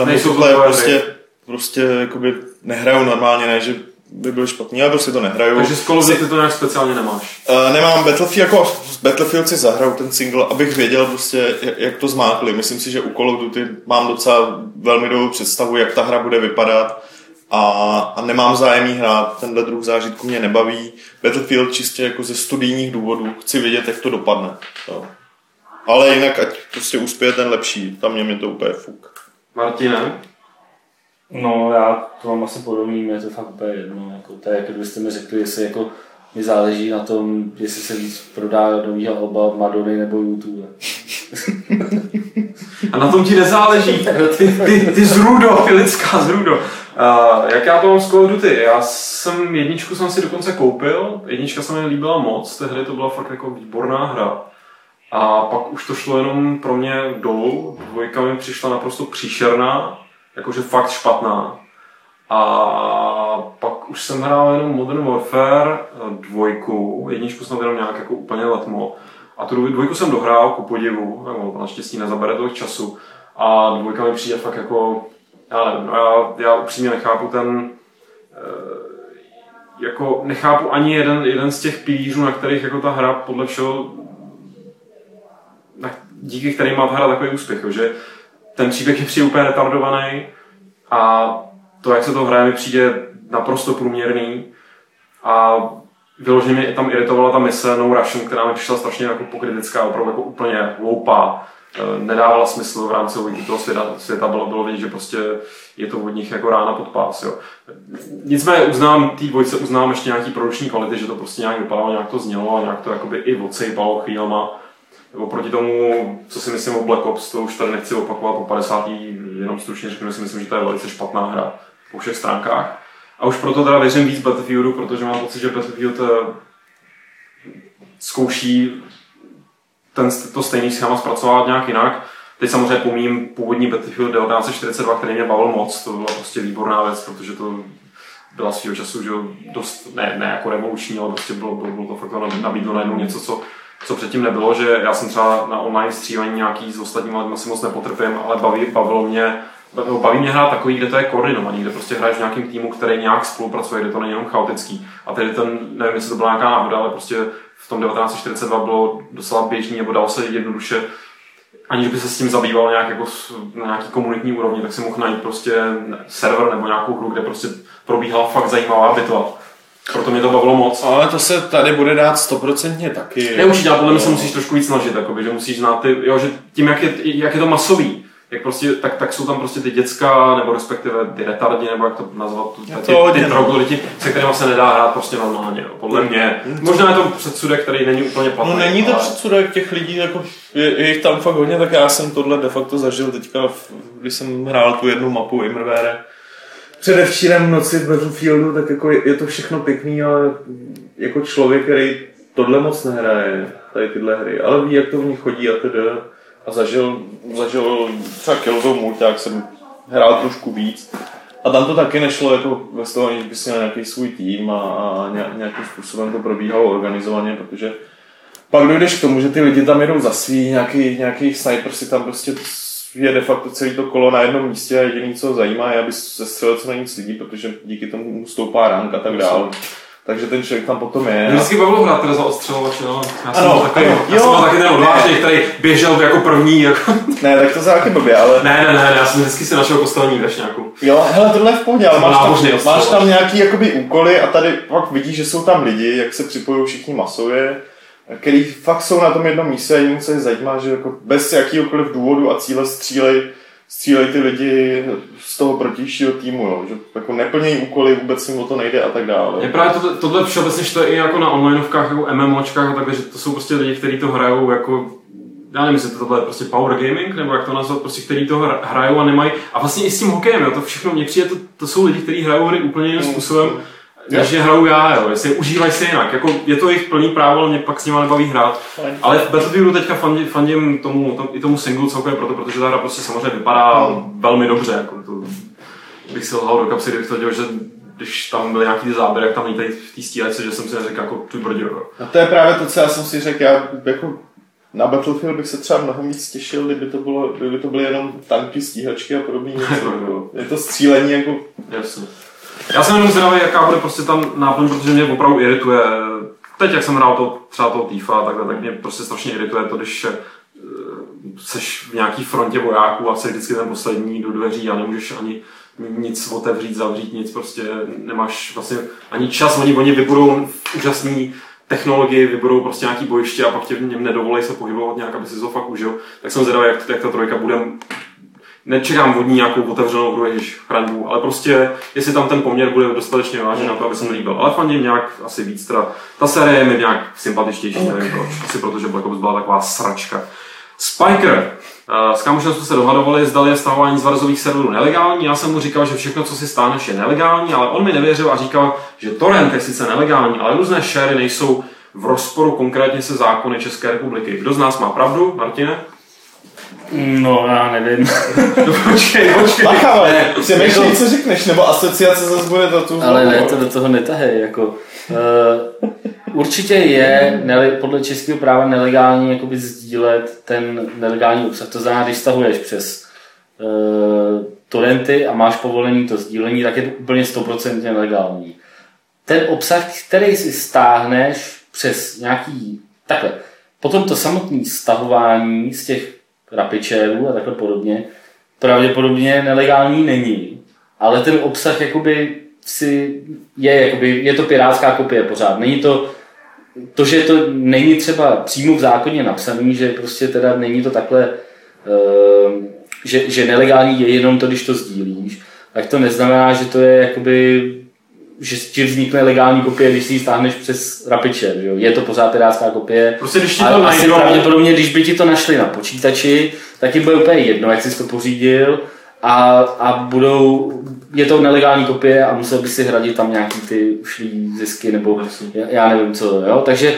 prostě jakoby nehraju normálně, ne, že by byl špatný, ale prostě to nehraju. Takže z Call of Duty to nějak speciálně nemáš? Nemám Battlefield, jako Battlefield si zahraju ten single, abych věděl prostě, jak to zmákli. Myslím si, že u Call of Duty mám docela velmi dobrou představu, jak ta hra bude vypadat. A nemám zájem jí hrát, tenhle druh zážitku mě nebaví. Battlefield čistě jako ze studijních důvodů, chci vědět, jak to dopadne. Jo. Ale jinak, ať prostě uspěje ten lepší, tam mě to úplně fuk. Martine? No, já to mám asi podobný, mě je to fakt úplně jedno. Jako, to je, jak kdybyste mi řekli, jestli jako mi záleží na tom, jestli se víc prodá novýho alba Madony nebo YouTube. A na tom ti nezáleží. Ty zrůdo, ty lidská zrůdo. Jak já to mám z Call of Duty? Jedničku jsem si dokonce koupil, jednička se mi líbila moc, té hry to byla fakt jako výborná hra. A pak už to šlo jenom pro mě dolů, 2 mi přišla naprosto příšerná, jakože fakt špatná. A pak už jsem hrál jenom Modern Warfare 2, jedničku jsem jenom nějak jako úplně letmo. A tu 2 jsem dohrál, ku podivu, nebo naštěstí nezabere tolik času. A 2 mi přijde fakt jako, já upřímně nechápu jako nechápu ani jeden z těch pilířů, na kterých jako ta hra podle všeho, díky kterým má ta hra takový úspěch, že ten příběh je přijde úplně retardovaný a to, jak se to hraje, mi přijde naprosto průměrný a vyloženě mě tam iritovala ta mise No Russian, která mi přišla strašně jako pokrytecká, opravdu jako úplně hloupá. Nedávala smysl v rámci toho světa bylo vidět, že prostě je to od nich jako rána pod pás. Jo. Nicméně uznám ještě nějaký produkční kvality, že to prostě nějak vypadalo, nějak to znělo a nějak to jakoby i odsejpalo chvílema. Oproti tomu, co si myslím o Black Ops, to už tady nechci opakovat po 50. jenom stručně řeknu, si myslím, že to je velice špatná hra po všech stránkách. A už proto teda věřím víc Battlefieldu, protože mám pocit, že Battlefield zkouší to stejný schéma zpracovat nějak jinak. Teď samozřejmě pomím původní Battlefield 1942, který mě bavil moc, to byla prostě výborná věc, protože to byla svýho času, že dost, ne jako revoluční, ale prostě bylo to fakt nabídlo najednou něco, co předtím nebylo, že já jsem třeba na online střílení nějaký s ostatními lidmi si moc nepotrpím, ale baví mě hrát takový, kde to je koordinovaný, kde prostě hraješ v nějakým týmu, který nějak spolupracuje, kde to není jenom chaotický. A tedy nevím, jestli to byla nějaká náhoda, ale prostě v tom 1942 bylo docela běžný, nebo dalo se jednoduše, aniž by se s tím zabýval nějak jako na nějaký komunitní úrovni, tak si mohl najít prostě server nebo nějakou hru, kde prostě probíhala fakt zajímavá bitva. Proto mě to bavilo moc. Ale to se tady bude dát 100% taky. Neurčitě, ale podle mě se musíš trošku víc snažit, jakoby, že musíš znát že tím, jak je to masový, jak prostě, tak jsou tam prostě ty děcka, nebo respektive ty retardi, nebo jak to nazvat, ty trogloditi, se kterými se nedá hrát prostě normálně, jo, podle mě. Možná je to předsudek, který není úplně platný. No není to předsudek těch lidí, jako je jich tam fakt hodně, tak já jsem tohle de facto zažil teďka, když jsem hrál tu jednu mapu Immerware. Předevčírem v noci v Battlefieldu, tak jako je to všechno pěkný, ale jako člověk, který tohle moc nehraje, tady tyhle hry, ale ví, jak to v nich chodí a tedy. A zažil třeba Killzone Mulťák, jsem hrál trošku víc. A tam to taky nešlo jako bez toho, aniž bys měl nějaký svůj tým a nějakým způsobem to probíhalo organizovaně, protože pak dojdeš k tomu, že ty lidi tam jedou za svý, nějaký sniper si tam prostě je de facto celý to kolo na jednom místě a jediný, co ho zajímá, je, aby se střelil co nejvíc lidí, protože díky tomu mu stoupá rank a tak dále. Takže ten člověk tam potom je. Mě vždycky bavilo hrát teda za odstřelovače, no. Já jsem byl taky ten odvážný, který běžel jako první. Jako. Ne, tak to za taky blbě, ale... Ne, já jsem vždycky si našel postavení vražňáku. Jo, hele, tohle je v pohodě, ale máš tam nějaký jakoby úkoly a tady pak vidíš, že jsou tam lidi, jak se připojují všichni masově, který fakt jsou na tom jednom místě a jim se je zajímá, že jako bez jakýhokoliv důvodu a cíle střílej ty lidi z toho protějšího týmu, jo, že jako neplnějí úkoly, vůbec jim o to nejde a tak dále. Je právě tohle všeobecně, že to je i jako na onlineovkách, jako MMOčkách a takhle, že to jsou prostě lidi, kteří to hrajou jako, já nevím, jestli tohle je prostě power gaming, nebo jak to nazvat, prostě kteří to hrajou a nemají, a vlastně i s tím hokejem, jo, to všechno, mně přijde, to jsou lidi, kteří hrajou hry úplně jiným způsobem, než je hraju já, jo, jestli užívají se jinak, jako je to jejich plný právo, ale mě pak s nima nebaví hrát. Ale v Battlefieldu teďka fandím tomu singlu celkově protože ta hra prostě samozřejmě vypadá velmi dobře, jako to bych si lhal do kapsy, kdybych to dělal, že když tam byly nějaký záběry, jak tam lítají v té stílečce, že jsem si neřekl jako tvůj brďo. A to je právě to, co já jsem si řekl, já jako na Battlefield bych se třeba mnohem víc těšil, kdyby to byly jenom tanky, stíhačky a podobně něco. Je to střílení jako... Jasně. Já jsem jenom zvědavý, jaká bude prostě tam náplň, protože mě opravdu irituje. Teď, jak jsem hrál třeba toho Tifa, tak mě prostě strašně irituje to, když seš v nějaký frontě vojáků a jsi vždycky ten poslední do dveří a nemůžeš ani nic otevřít, zavřít, nic, prostě nemáš vlastně ani čas, oni vybudou úžasný technologii, vybudou prostě nějaký bojiště a pak tě v něm nedovolej se pohybovat nějak, aby si to fakt užil. Tak jsem zvědavý, jak ta trojka bude. Nečekám od ní nějakou otevřenou hru, ježiš, chrandu, ale prostě, jestli tam ten poměr bude dostatečně vážný na to, aby se mi líbil. Ale fandím nějak asi víc, teda ta série je mi nějak sympatičtější, nevím proč. Asi protože Black Ops byla taková sračka. Spiker. S kámošem jsme se dohadovali, zdali je stahování z varzových serverů nelegální. Já jsem mu říkal, že všechno, co si stáhneš, je nelegální, ale on mi nevěřil a říkal, že torrent je sice nelegální, ale různé shary nejsou v rozporu konkrétně se zákony České republiky. Kdo z nás má pravdu, Martine? No, já nevím. Počkej. Bacha, ale přemýšlej, co řekneš, nebo asociace zase bude to tu. Ale ne, to do toho netahej, jako. Určitě je podle českého práva nelegální jakoby sdílet ten nelegální obsah. To znamená, když stahuješ přes torrenty a máš povolený to sdílení, tak je to úplně 100% nelegální. Ten obsah, který si stáhneš přes nějaký... Takhle. Potom to samotné stahování z těch rapičérů a takhle podobně pravděpodobně nelegální není. Ale ten obsah jakoby je to pirátská kopie pořád. Není to, že to není třeba přímo v zákoně napsaný, že prostě teda není to takhle, že nelegální je jenom to, když to sdílíš, tak to neznamená, že to je jakoby, že ti vznikne legální kopie, když si ji stáhneš přes rapičer, že jo? Je to pořád pirátská kopie. Prostě když ti to najdou... pravděpodobně, když by ti to našli na počítači, tak jim bude úplně jedno, jak jsi to pořídil a je to nelegální kopie a musel by si hradit tam nějaký ty ušlý zisky nebo já nevím co, jo? Takže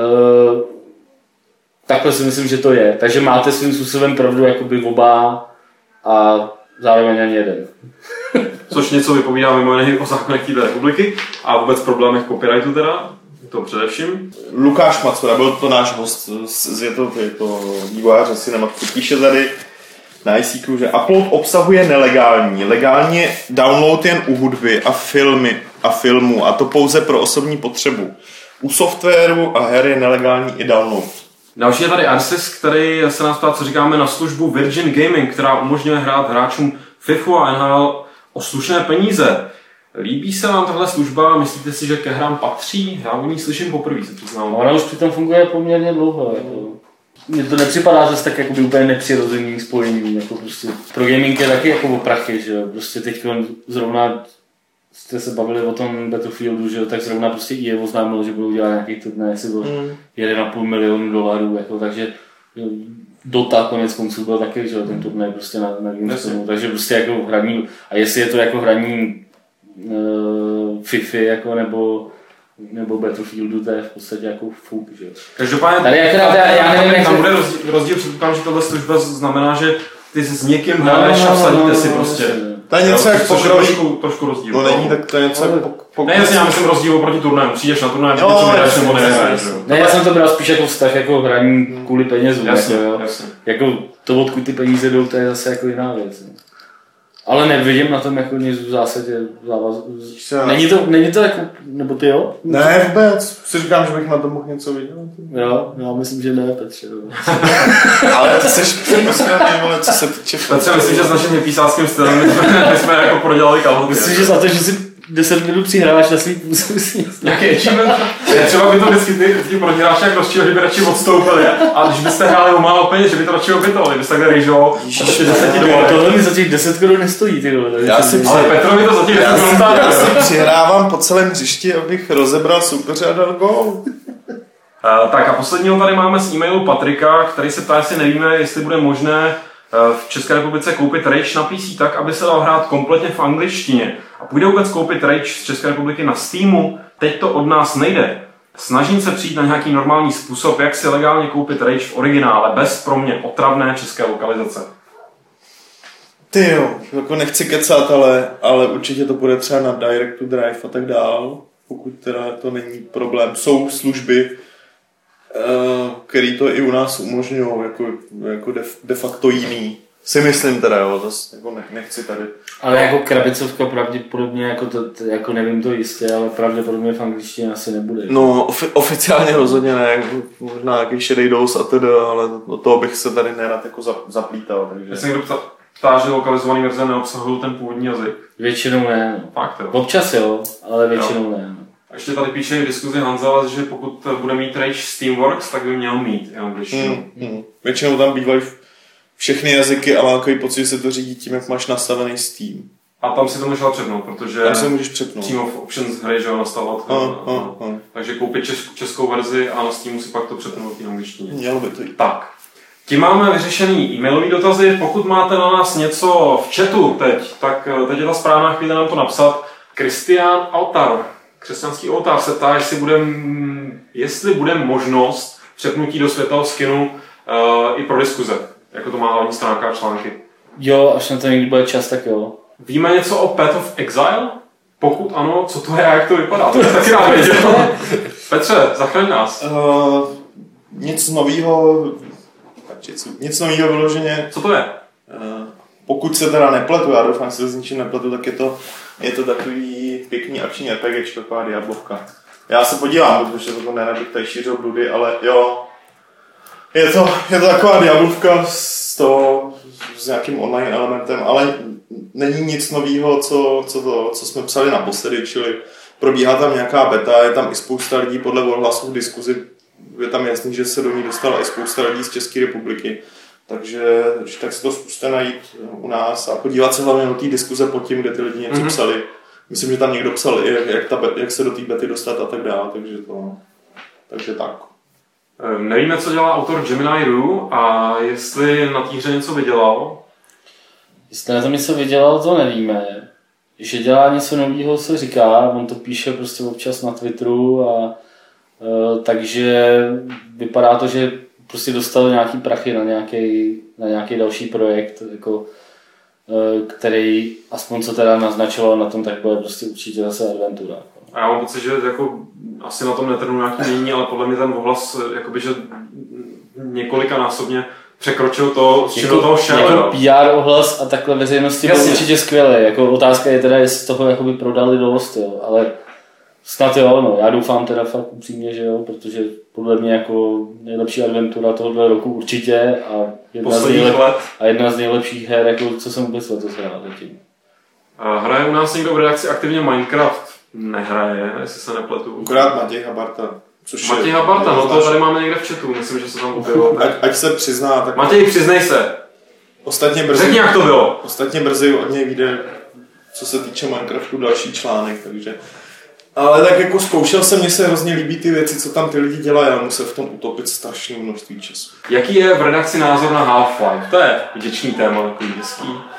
takhle si myslím, že to je. Takže máte svým způsobem pravdu jakoby oba a zároveň ani jeden. Což něco vypovídá mimo jiné o zákonech této republiky a vůbec problémech copyrightu teda, to především. Lukáš Macura, byl to náš host, je to vývojář Cinematu, píše tady na ICQ, že upload obsahuje nelegální, legálně download jen u hudby a filmů a to pouze pro osobní potřebu. U softwaru a her je nelegální i download. Další je tady Arsis, který se nás ptá, co říkáme na službu Virgin Gaming, která umožňuje hrát hráčům FIFA a NHL o slušné peníze. Líbí se vám tahle služba? Myslíte si, že ke hrám patří? Já o ní slyším poprvé, se přiznám. Ona už přitom funguje poměrně dlouho. Mně to nepřipadá zase tak jakoby úplně nepřirozený spojení. Jako prostě pro gaming je taky jako o prachy, že jo. Prostě teď zrovna jste se bavili o tom Battlefieldu, že jo, tak zrovna prostě EA oznámilo, že budou dělat nějaký turné, jestli bylo 1,5 milionu dolarů, jako, takže Dota konec konců byl taky, že jo, ten turné prostě na Gamescomu, takže prostě jako hraní, a jestli je to jako hraní FIFA jako, nebo Battlefieldu, to je v podstatě jako fuk, že jo. Každopádně tady akorát já nevím, jak tam bude rozdíl, předpokládám, že tohle služba znamená, že ty s někým hraješ a vsadíte si prostě. To je něco jak trošku rozdíl. No není, tak to je něco jak Ne, jasně, já myslím rozdíl oproti turnajům. Přijdeš na turnaj, něco vyhraješ nebo nevyhraješ. Ne, já jsem to bral spíš jako vztah jako hraní kvůli penězům. Jasně, jako, jo. jasně. Jako to, odkud ty peníze jdou, to je zase jako jiná věc. No. Ale nevidím na tom jako nic v zásadě Není to jako, nebo ty jo? Ne, vůbec. Si říkám, že bych na tom mohl něco vidět. Jo, já myslím, že ne, Petře. Ale ty seš přemyslený, vole, co se týče... Petře, myslím, že s naším písáckým stylem my jsme jako prodělali kalhoty. Myslím, že za to, že si 10 minut přihráváš na svý působnosti. Nějaký achievement? Třeba by to vždycky ty protihráči jak rozčil, že by radši odstoupili. A když byste hráli o málo peněz, že by to radši obětovali. Byste takhle rýžoval. Tohle mi za těch 10 korun nestojí, ty vole. Ale Petrovi to za těch 10 korun stále. Já si přihrávám po celém hřišti, abych rozebral soupeře a dal gól. Tak a posledního tady máme z e-mailu Patrika, který se ptá, jestli nevíme, jestli bude možné v České republice koupit Rage na PC tak, aby se dal hrát kompletně v angličtině. A půjde vůbec koupit Rage z České republiky na Steamu? Teď to od nás nejde. Snažím se přijít na nějaký normální způsob, jak si legálně koupit Rage v originále, bez pro mě otravné české lokalizace. Ty jo, jako nechci kecat, ale určitě to bude třeba na Direct to Drive a tak dál, pokud teda to není problém. Jsou služby, který to i u nás umožňují, jako de facto jiný. Si myslím teda, jo, zase jako nechci tady. Ale jako krabicovka pravděpodobně, jako nevím to jistě, ale pravděpodobně v angličtině asi nebude. No, oficiálně rozhodně ne, možná nějaký šedej dous a teda, ale do toho bych se tady nerad jako zaplítal. Takže... Já se někdo ptá, že lokalizovaný verze neobsahují ten původní jazyk. Většinou ne. No. Fakt, jo. Občas jo, ale většinou ne. No. A ještě tady píše v diskuzi Hanzala, že pokud bude mít Rage Steamworks, tak by měl mít angličtinu. Většinou tam bývají všechny jazyky a má takový pocit, že se to řídí tím, jak máš nastavený Steam. A tam si to můžeš přepnout, protože tam se můžeš přepnout. Přímo v options hry, že ho nastavovat. Takže koupit českou verzi a na Steamu si pak to přepnout v angličtině. Mělo by to jít. Tak. Tím máme vyřešený e-mailový dotazy. Pokud máte na nás něco v chatu teď, tak teď je ta správná chvíle nám to napsat. Kristián Altar, křesťanský oltář, se ptá, jestli bude možnost přepnutí do světa skinu i pro diskuze, jako to má hlavní stránka a články. Jo, až na to někdy bude čas, tak jo. Víme něco o Path of Exile? Pokud ano, co to je a jak to vypadá? To je taky rád věděl. Petře, zachraň nás. Nic novýho vyloženě. Co to je? Pokud se teda nepletu, já doufám, že se s ničím nepletu, tak je to takový pěkný akční RPGčko, taková Diablovka. Já se podívám, protože to ne, abych tady šířil bludy, ale jo, je to taková Diablovka s nějakým online elementem, ale není nic nového, co jsme psali naposledy, čili probíhá tam nějaká beta, je tam i spousta lidí podle odhlasů v diskuzi, je tam jasný, že se do ní dostala i spousta lidí z České republiky. Takže tak si to zkuste najít u nás a podívat se hlavně na té diskuze pod tím, kde ty lidi něco psali. Myslím, že tam někdo psal i, jak se do té bety dostat a tak dále, takže tak. Nevíme, co dělá autor Gemini Rue a jestli na té hře něco vydělal. Jestli na tom něco vydělal, to nevíme. Že dělá něco nového, se říká, on to píše prostě občas na Twitteru a takže vypadá to, že prostě dostal nějaký prachy na nějaký další projekt, jako, který, aspoň co teda naznačoval na tom, tak bude prostě určitě zase adventura. A já mám pocit, že jako, asi na tom netrhnu nějaký mění, ale podle mě ten ohlas, jakoby, že několikanásobně překročil to, s čím do toho šel. Jako PR ohlas a takhle veřejnosti byl určitě skvělý. Jako otázka je teda, jestli toho jakoby prodali dost, jo, ale snad jo, no. Já doufám teda fakt upřímně, že jo, protože podle mě jako nejlepší adventura tohohle roku určitě a jedna z nejlepších her, jako, co jsem vůbec letos hrál zatím. Hraje u nás někdo v redakci aktivně Minecraft? Nehraje, jestli se nepletu. Akorát Matěj Habarta. Matěj Habarta, no to tady máme někde v chatu, myslím, že se tam objevilo. Ať se přizná. Tak... Matěj, přiznej se. Řekni, jak to bylo. Ostatně brzy od něj vyjde, co se týče Minecraftu, další článek, takže... Ale tak jako zkoušel jsem, mně se hrozně líbí ty věci, co tam ty lidi dělají, ale musel v tom utopit strašné množství času. Jaký je v redakci názor na Half-Life? To je vděčný téma, takový hezký.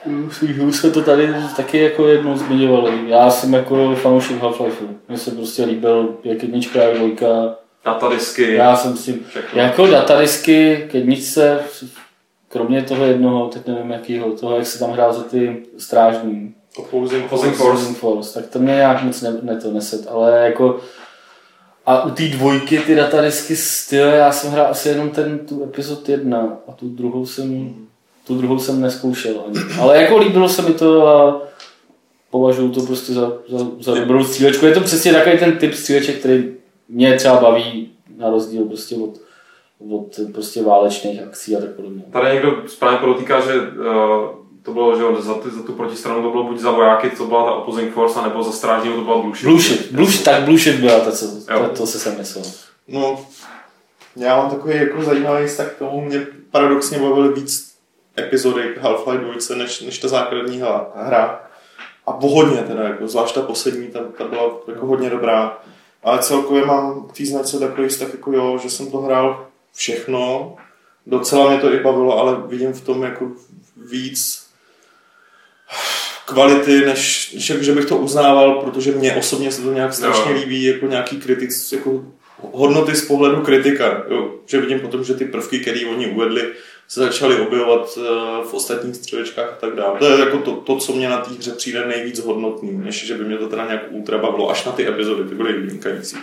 jsme to tady taky jako jednou zmiňovali. Já jsem jako fanoušek Half-Lifeu. Mně se prostě líbil jak jednička, jak dvojka. Datadisky. Já jsem si jako datadisky k jedničce, kromě toho jednoho, teď nevím jakýho, toho, jak se tam hrál za ty strážní. Opposing Force. Tak to mě nějak moc neset, ale jako a u té dvojky ty datadisky styl, já jsem hrál asi jenom tu epizod 1 a tu druhou jsem neskoušel ani. Ale jako líbilo se mi to a považuji to prostě za dobrou střílečku. Je to přesně takový ten typ stříleček, který mě třeba baví na rozdíl prostě od prostě válečných akcí a tak podobně. Tady někdo správně podotýká, že to bylo, že za tu protistranu to bylo buď za vojáky, to byla ta Opposing Force, nebo za strážního to byla Blue Shift byla to se jsem myslel. No, já mám takový jako zajímavý vztah k tomu, mě paradoxně bavily víc epizody Half-Life 2 než ta základní hra. A pohodně teda, jako, zvlášť ta poslední, ta byla jako hodně dobrá. Ale celkově mám k té značce takový vztah, jako jo, že jsem to hrál všechno. Docela mě to i bavilo, ale vidím v tom jako víc kvality, než že bych to uznával, protože mně osobně se to nějak strašně líbí, jako nějaký kritic, jako hodnoty z pohledu kritika. Jo, že vidím potom, že ty prvky, které oni uvedli, se začaly objevovat v ostatních střelečkách a tak dále. To je jako to, co mě na té hře přijde nejvíc hodnotný, než že by mě to teda nějak ultra bavilo, až na ty epizody, ty byly vynikající.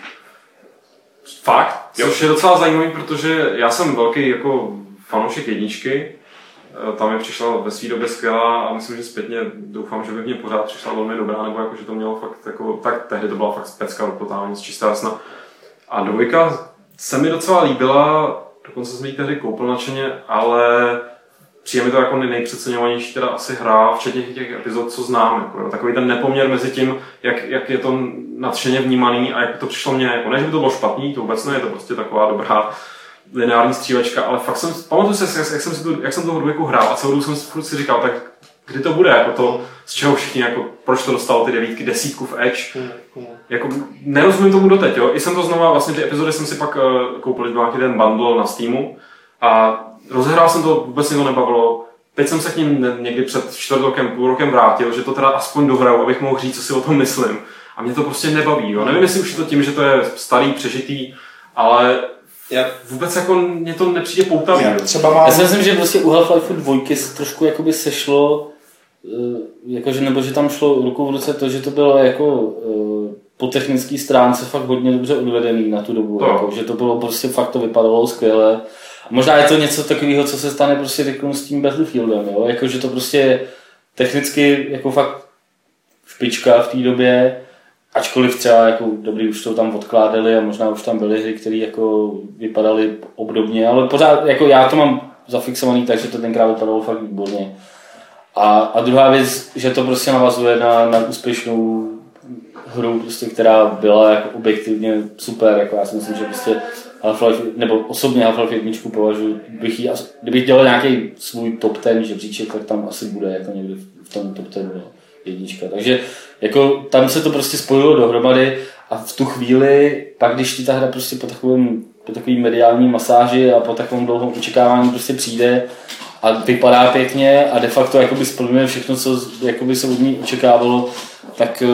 Fakt? Což je docela zajímavý, protože já jsem velký jako fanoušek jedničky. Tam mi přišla ve své době skvělá a myslím, že zpětně doufám, že by mě pořád přišla velmi dobrá, nebo jako, že to mělo fakt jako, tak tehdy to byla fakt specka, totálně čistá jasna. A dvojka se mi docela líbila, dokonce jsem ji tehdy koupil nadšeně, ale přijde mi to jako nejpřeceňovanější teda asi hra, včetně těch epizod, co znám. Jako, takový ten nepoměr mezi tím, jak je to nadšeně vnímaný a jak to přišlo mně. Jako, ne, že by to bylo špatný, to vůbec ne, je to prostě taková dobrá lineární střílečka, ale fakt pamatuju si, jak jsem toho dvojku hrál a celou dobu jsem furt si říkal, tak kdy to bude, jako to, z čeho všichni, jako, proč to dostalo ty 9, 10 v Edge. Jako, nerozumím tomu doteď, jo. I jsem to znova, vlastně ty epizody jsem si pak koupil, byl nějaký ten bundle na Steamu a rozehrál jsem to, vůbec mě to nebavilo. Teď jsem se k ním někdy před půl rokem vrátil, že to teda aspoň dohraju, abych mohl říct, co si o tom myslím. A mě to prostě nebaví, jo. Nevím, jestli už je to tím, že to je starý, přežitý, ale vůbec jako mně to nepřijde poutavý. Já si myslím, že prostě u Half-Life 2 se trošku jakoby sešlo, jakože, nebo že tam šlo ruku v ruce to, že to bylo jako po technické stránce fakt hodně dobře odvedený na tu dobu. Jako, že to bylo prostě fakt, to vypadalo skvěle. Možná je to něco takového, co se stane prostě řeknu s tím Battlefieldem, jo? Jako, že to prostě technicky jako fakt špička v té době, ačkoliv třeba jako dobrý už to tam odkládali a možná už tam byly hry, které jako vypadaly obdobně, ale pořád jako já to mám zafixovaný, takže to tenkrát vypadalo fakt výborně. A druhá věc, že to prostě navazuje na úspěšnou hru, prostě, která byla jako objektivně super, jako já si myslím, že prostě Half-Life, nebo osobně Half-Life 1 považuji, kdybych dělal nějaký svůj top 10 žebříček, tak tam asi bude jako někdy v tom top 10 jednička. Takže jako tam se to prostě spojilo dohromady a v tu chvíli, pak když ti ta hra prostě po takový mediální masáži a po takovém dlouhém očekávání prostě přijde a vypadá pěkně a de facto jakoby splňuje všechno, co jakoby se od ní očekávalo, tak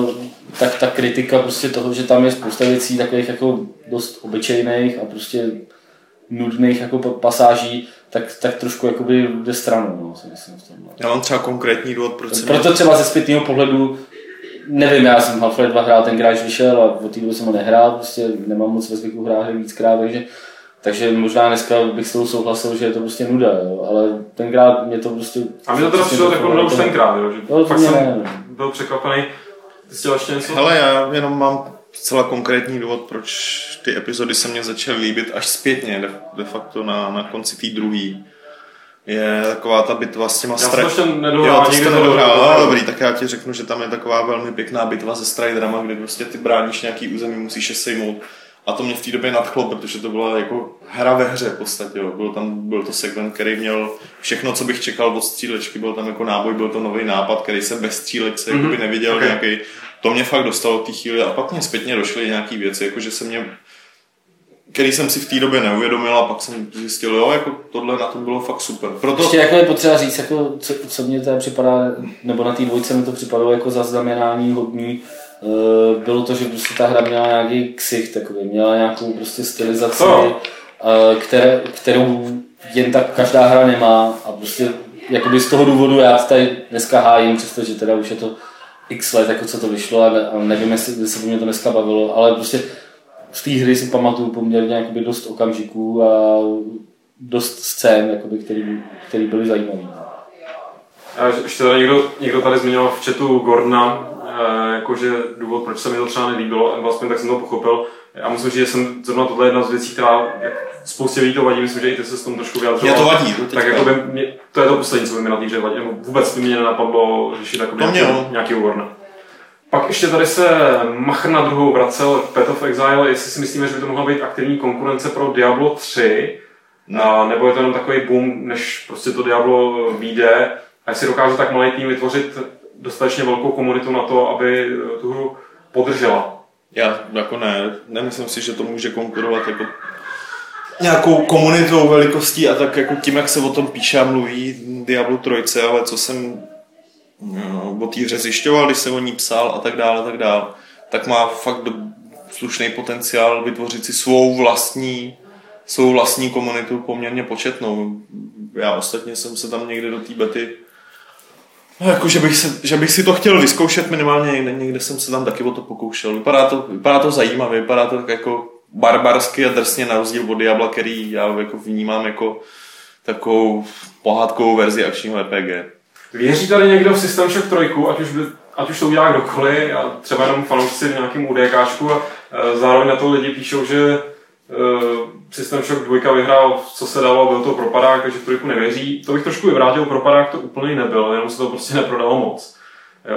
ta kritika prostě toho, že tam je spousta věcí takových jako dost obyčejných a prostě nudných jako pasáží, tak trošku jakoby jde stranou, no, si myslím v tomhle. Já mám třeba konkrétní důvod, proto třeba ze zpětného pohledu, nevím, já jsem Half-Life 2 hrál tenkrát, když vyšel a od té doby jsem ho nehrál, prostě nemám moc ve zvyku hrát hry víckrát, takže možná dneska bych s tou souhlasil, že je to prostě nuda, jo, ale tenkrát mě to prostě... A mě to teda přišlo jako nuda už tenkrát, jo, že no, fakt jsem byl překvapený. Ty jsi ještě něco? Hele, já jenom mám zcela konkrétní důvod, proč ty epizody se mě začaly líbit až zpětně, de facto na konci té druhé. Je taková ta bitva s těma Striderama. Já jsem to nedohrál, nikdy nedohrál. Dobrý, tak já ti řeknu, že tam je taková velmi pěkná bitva se Striderama, kde prostě ty bráníš nějaký území, musíš je sejmout. A to mě v té době nadchlo, protože to byla jako hra ve hře v podstatě. Jo. Byl to segment, který měl všechno, co bych čekal od střílečky. Byl tam jako náboj, byl to nový nápad, který se bez střílek se jakoby neviděl nějaký. To mě fakt dostalo v té chvíli a pak mě zpětně došly nějaký věci, jako že se mě který jsem si v té době neuvědomil a pak jsem zjistil, jo, jako tohle na tom bylo fakt super. Proto... Ještě jako je potřeba říct, jako, co mě tady připadá, nebo na té dvojce mi to připadalo jako zaznamenání hodný, bylo to, že prostě ta hra měla nějaký ksicht, takový, měla nějakou prostě stylizaci, kterou jen tak každá hra nemá a prostě jakoby z toho důvodu já tady dneska hájím, přestože teda už je to x let, jako co to vyšlo a nevím, jestli se mě to dneska bavilo, ale prostě z té hry si pamatuju poměrně jakoby dost okamžiků a dost scén, jakoby, který byly zajímavé. Ještě tady někdo tady zmiňoval v chatu Gordona, jakože důvod, proč se mi to třeba nelíbilo, vlastně tak jsem to pochopil. Já myslím, že jsem zrovna tohle jedna z věcí, která spoustě lidí to vadí, myslím, že i ty se s tom trošku vyjadřoval. Mě to vadí. Tak jako to je to poslední, co by mi na té hře vadí, nebo vůbec by mě nenapadlo řešit nějaký Warner. Pak ještě tady se Machr na druhou vracel k Path of Exile, jestli si myslíme, že by to mohla být aktivní konkurence pro Diablo 3, nebo je to jenom takový boom, než prostě to Diablo vyjde, a jestli dokáže tak malý tým vytvořit dostatečně velkou komunitu na to, aby tu hru podržela. Já jako nemyslím si, že to může konkurovat jako nějakou komunitou velikostí a tak jako tím, jak se o tom píše a mluví Diablo 3, ale co jsem o té hře zjišťoval, když jsem o ní psal a tak dále, tak má fakt slušný potenciál vytvořit si svou vlastní komunitu poměrně početnou. Já ostatně jsem se tam někde do té bety jako, že bych si to chtěl vyzkoušet minimálně někde jsem se tam taky o to pokoušel. Vypadá to zajímavě, vypadá to tak jako barbarsky a drsně na rozdíl od Diabla, který já jako vnímám jako takovou pohádkovou verzi akčního RPG. Věří tady někdo v System Shock 3, ať už to udělá kdokoliv, a třeba jenom fanoušci v nějakém UDKčku a zároveň na to lidi píšou, že System Shock 2 vyhrál, co se dalo, byl to propadák, takže v 3 nevěří. To bych trošku vyvrátil, propadák to úplně nebyl, jenom se to prostě neprodalo moc. Jo,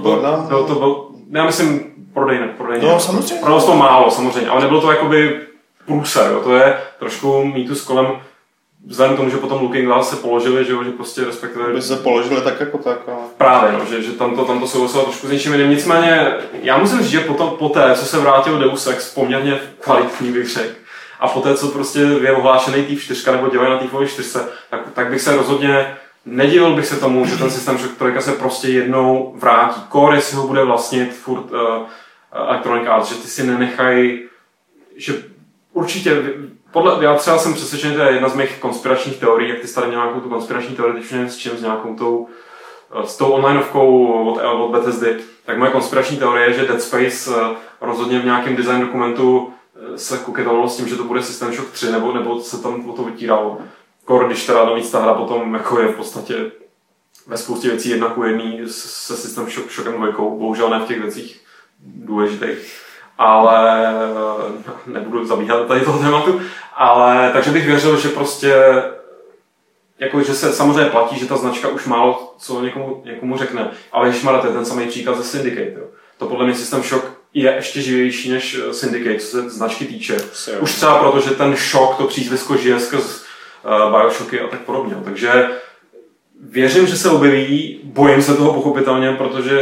jako já myslím prodejně. No, samozřejmě. Prodalo to málo, samozřejmě, ale nebylo to jakoby průser, jo. To je trošku mýtus kolem, vzhledem k tomu, že potom Looking Glass se položili, že prostě respektive... By se položili tak jako tak, ale... Právě, no, že tam to souviselo trošku s něčím jiným. Nicméně, já musím říct, že poté, co se vrátil Deus Ex, poměrně kvalitní bych řekl, a poté, co prostě je ohlášený Thief 4 nebo dělají na Thiefovi 4, tak bych se rozhodně nedivil bych se tomu, že ten System Shock 3 se prostě jednou vrátí. Core, jestli ho bude vlastnit furt Electronic Arts, že ty si nenechají, že určitě, já třeba jsem přesvědčený, to je jedna z mých konspiračních teorií, jak ty jsi tady měl nějakou tu konspirační teorii, teď už nevím s čím, s nějakou s tou onlineovkou od Bethesdy, tak moje konspirační teorie je, že Dead Space rozhodně v nějakém design dokumentu se koketovalo s tím, že to bude System Shock 3, nebo se tam o to vytíralo. Core, když teda navíc ta hra potom jako je v podstatě ve spoustě věcí 1:1 se System Shockem 2, bohužel ne v těch věcích důležitých, ale nebudu zabíhat tady toho tématu, ale takže bych věřil, že prostě jako, že se samozřejmě platí, že ta značka už málo co někomu řekne, ale ježmarate, to je ten samý příklad ze Syndicate. Jo. To podle mě System Shock je ještě živější než Syndicate, co se značky týče. Už třeba proto, že ten šok, to přízvisko žije skrz Bioshocky a tak podobně. Takže věřím, že se objeví, bojím se toho pochopitelně, protože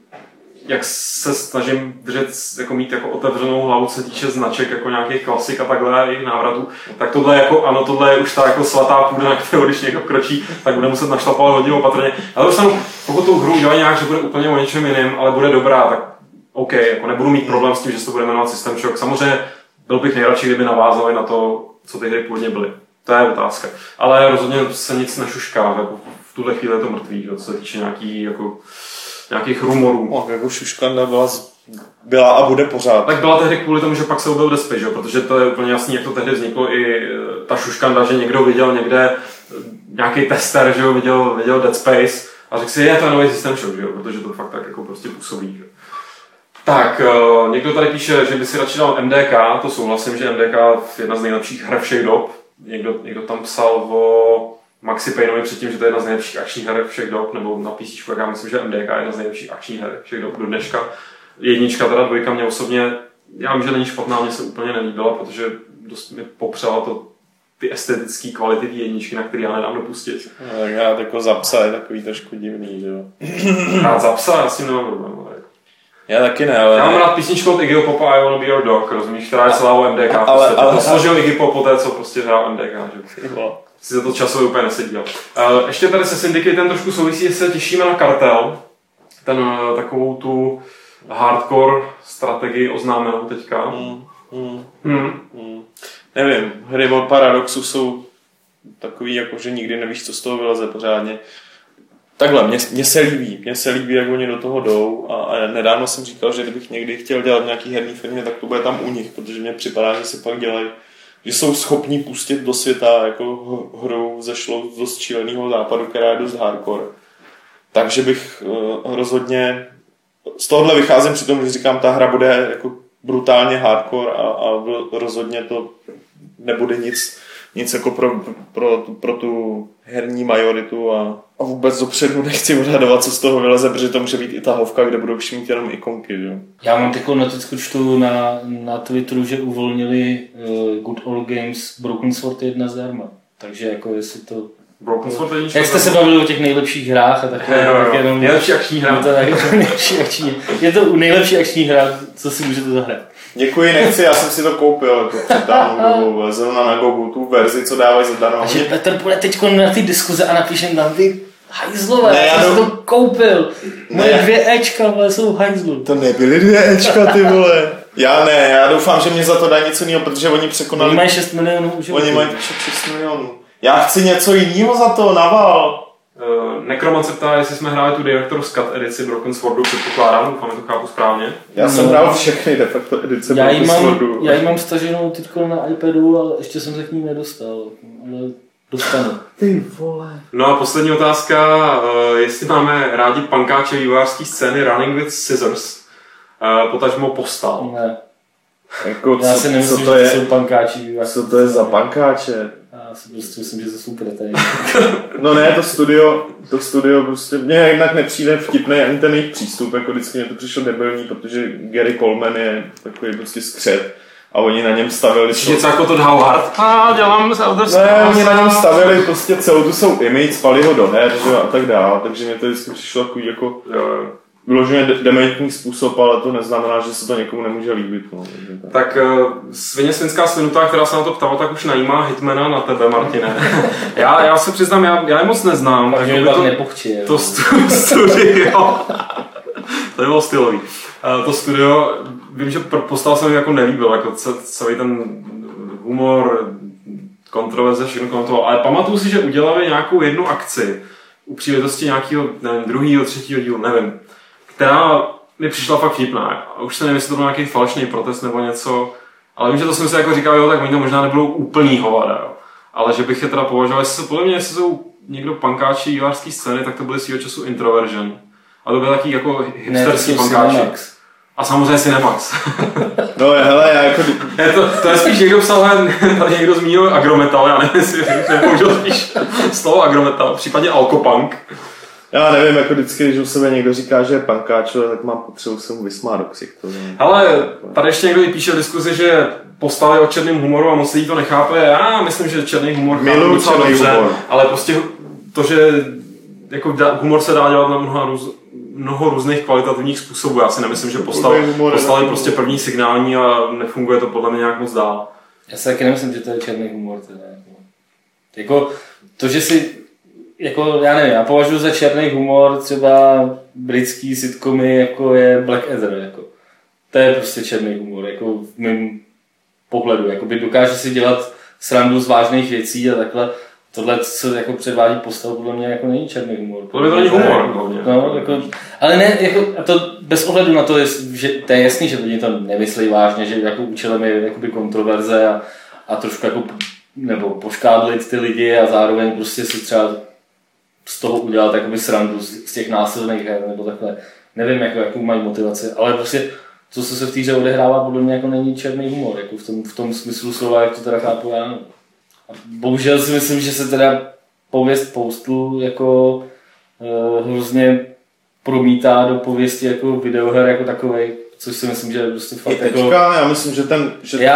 jak se snažím držet, jako mít jako otevřenou hlavu, co se týče značek, jako nějakých klasik a takhle a jejich návratů, tak tohle jako, ano, tohle je už ta jako svatá půda, na kterou když někdo kročí, tak bude muset našlapovat hodně opatrně. Ale dostanu, pokud tu hru udělají nějak, že bude úplně o něčem jiném, ale bude dobrá, tak OK, jako nebudu mít problém s tím, že se to bude jmenovat System Shock. Samozřejmě byl bych nejradši, kdyby navázali na to, co ty hry původně byly. To je otázka. Ale rozhodně se nic nešušká, jako v tuhle chvíli je to mrtvý, co se týče nějakých rumorů. No, jako šuškanda byla a bude pořád. Tak byla tehdy kvůli tomu, že pak se objevil Dead Space, protože to je úplně jasný, jak to tehdy vzniklo i ta šuškanda, že někdo viděl někde nějaký tester, že viděl Dead Space a řekl si, je to nový System Shock, že? Protože to fakt tak jako prostě působí. Že? Tak, někdo tady píše, že by si radši dal MDK, to souhlasím, že MDK je jedna z nejlepších her všech dob. Někdo tam psal o Maxi Payneovi předtím, že to je jedna z nejlepších akčních her všech dob, nebo na PC, jak já myslím, že MDK je jedna z nejlepších akčních her všech dob do dneška. Jednička, teda dvojka mě osobně, já vím, že není špatná, mě se úplně nelíbila, protože dost mi popřela ty estetické kvality té jedničky, na které já nedám dopustit. No, tak já jako za psa je takový trošku divný, že jo. Rád za psa, já s tím nemám problém. Já taky ne, ale... Já mám rád písničku od Iggyho Popa I Wanna Be Your Dog, rozumíš, která je celá o MDK. Ale složil Iggy Pop po té, co prostě hrál MDK, že? Si za to časově úplně neseděl. Ještě tady se Syndicatem trošku souvisí, že se těšíme na Kartel. Takovou tu hardcore strategii oznámenou teďka. Nevím, hry od Paradoxu jsou takový, jako že nikdy nevíš, co z toho vyleze pořádně. Takhle, mně se líbí, jak oni do toho jdou a nedávno jsem říkal, že kdybych někdy chtěl dělat nějaký herní firmě, tak to bude tam u nich, protože mně připadá, že si pak dělají, že jsou schopní pustit do světa jako hru zešlou z dost šíleného západu, která je dost hardcore. Takže bych rozhodně, z tohohle vycházím při tom, že říkám, ta hra bude jako brutálně hardcore a rozhodně to nebude nic jako pro tu herní majoritu a vůbec dopředu nechci odhadovat, co z toho vyleze, protože to může být i tahovka, kde budou mít jenom ikonky. Že? Já mám takovou noticku, čtu na Twitteru, že uvolnili Good Old Games Broken Sword 1 zdarma. Takže jako jestli to... Broken Sword 1. Jak jste se bavili o těch nejlepších hrách a takhle. Tak jenom, nejlepší akční hra. Je to nejlepší akční hra, co si můžete zahrát. Děkuji, nechci, já jsem si to koupil, to přetáhnu zrovna na Gogu, tu verzi, co dávají zadarmo. A že Petr půjde teď na ty diskuze a napíšem tam, vy hajzlové, já jsem to koupil. Moje 2 Ečka, ale jsou hajzlu. To nebyly 2 Ečka, ty vole. Já doufám, že mě za to dá něco jiného, protože oni překonali... Oni mají 6 milionů. Oni mají 6 milionů. Já chci něco jiného za to, naval. Nekroman se ptá, jestli jsme hráli tu Director's Cut edici Broken Swordu, předpokládám, doufám, to chápu správně. Já jsem hrál všechny de facto edice Broken Swordu. Já ji mám staženou teďko na iPadu, ale ještě jsem se k ní nedostal. Ale dostanu. Ty vole. No a poslední otázka, jestli máme rádi pankáče vývojářské scény Running with Scissors, potažmo Postal. Ne. Jako, já si nemyslím, že to jsou pankáči vývojářské. Co to je za pankáče? Já si prostě myslím, že to jsou kreténi. No ne, to studio prostě, mně jednak nepřijde vtipný ani ten jejich přístup, jako vždycky mě to přišlo debilní, protože Gary Coleman je takový prostě skřet a oni na něm stavili... Něco jako to Howard? Dělám se Ne, oni na něm stavili prostě celou tu svou image, spali ho do her, že, a tak dále, takže mě to vždycky přišlo takový jako... Vyloženě dementní způsob, ale to neznamená, že se to někomu nemůže líbit. No. Tak svinská svinutá, která se na to ptala, tak už najímá hitmana na tebe, Martine. Já se přiznám, já je moc neznám. Tak mě to nepochčí. To studio, to bylo stylový. To studio, vím, že Postal se mi jako nelíbil, jako celý ten humor, kontroverze, všechno kontrolo, ale pamatuju si, že udělali nějakou jednu akci u příležitosti nějakého, nevím, 2., 3. dílu, nevím, která mi přišla fakt vtipná. A už se nevím, jestli to byl nějaký falešný protest nebo něco, ale vím, že to jsem si jako říkal, jo, tak oni to možná nebudou úplný hovada, jo. Ale že bych je teda považoval, jestli jsou někdo pankáči vývojářské scény, tak to byly svýho času Introversion. A to byly taky jako hipsterský pankáči. A samozřejmě Cinemax. No hele, já jako... To je spíš někdo psal, tady někdo zmínil agrometal, já nevím, jestli nepoužil spíš slovo agrometal, v případě alkopunk. Já nevím, jako vždycky, když u sebe někdo říká, že je pankáč, tak mám potřebu se mu vysmát do ksichtu. Ale tady ještě někdo píše v diskuzi, že Postal je o černém humoru a moc lidí to nechápe. Já myslím, že černý humor miluji černý dobře, humor. Ale prostě to, že jako humor se dá dělat na mnoho různých kvalitativních způsobů. Já si nemyslím, že Postal je prostě první signální a nefunguje to podle mě nějak moc dál. Já si taky nemyslím, že to je černý humor. Jako to, že si jako, já nevím, já považuji za černý humor třeba britský sitcomy, jako je Blackadder, jako. To je prostě černý humor, jako v mém pohledu, jakoby dokáže si dělat srandu z vážných věcí a takhle. Tohle, co jako předvádí Postal, podle mě jako není černý humor. Podle mě to není humor. No, jako, ale ne, jako, a to bez ohledu na to, že to je jasný, že lidi to nemyslí vážně, že jako účelem je jakoby kontroverze a trošku jako, nebo poškádlit ty lidi a zároveň prostě si třeba z toho udělat jakoby srandu z těch násilných her, nebo takhle. Nevím, jakou mají motivaci, ale prostě co se v té hře odehrává, podle mě jako není černý humor, jako v tom smyslu slova, jak to teda chápu já. A bohužel si myslím, že se teda pověst Postlu jako hrozně promítá do pověsti jako videoher jako takovej. což si myslím, že je prostě fakt I teďka, já myslím, že ten...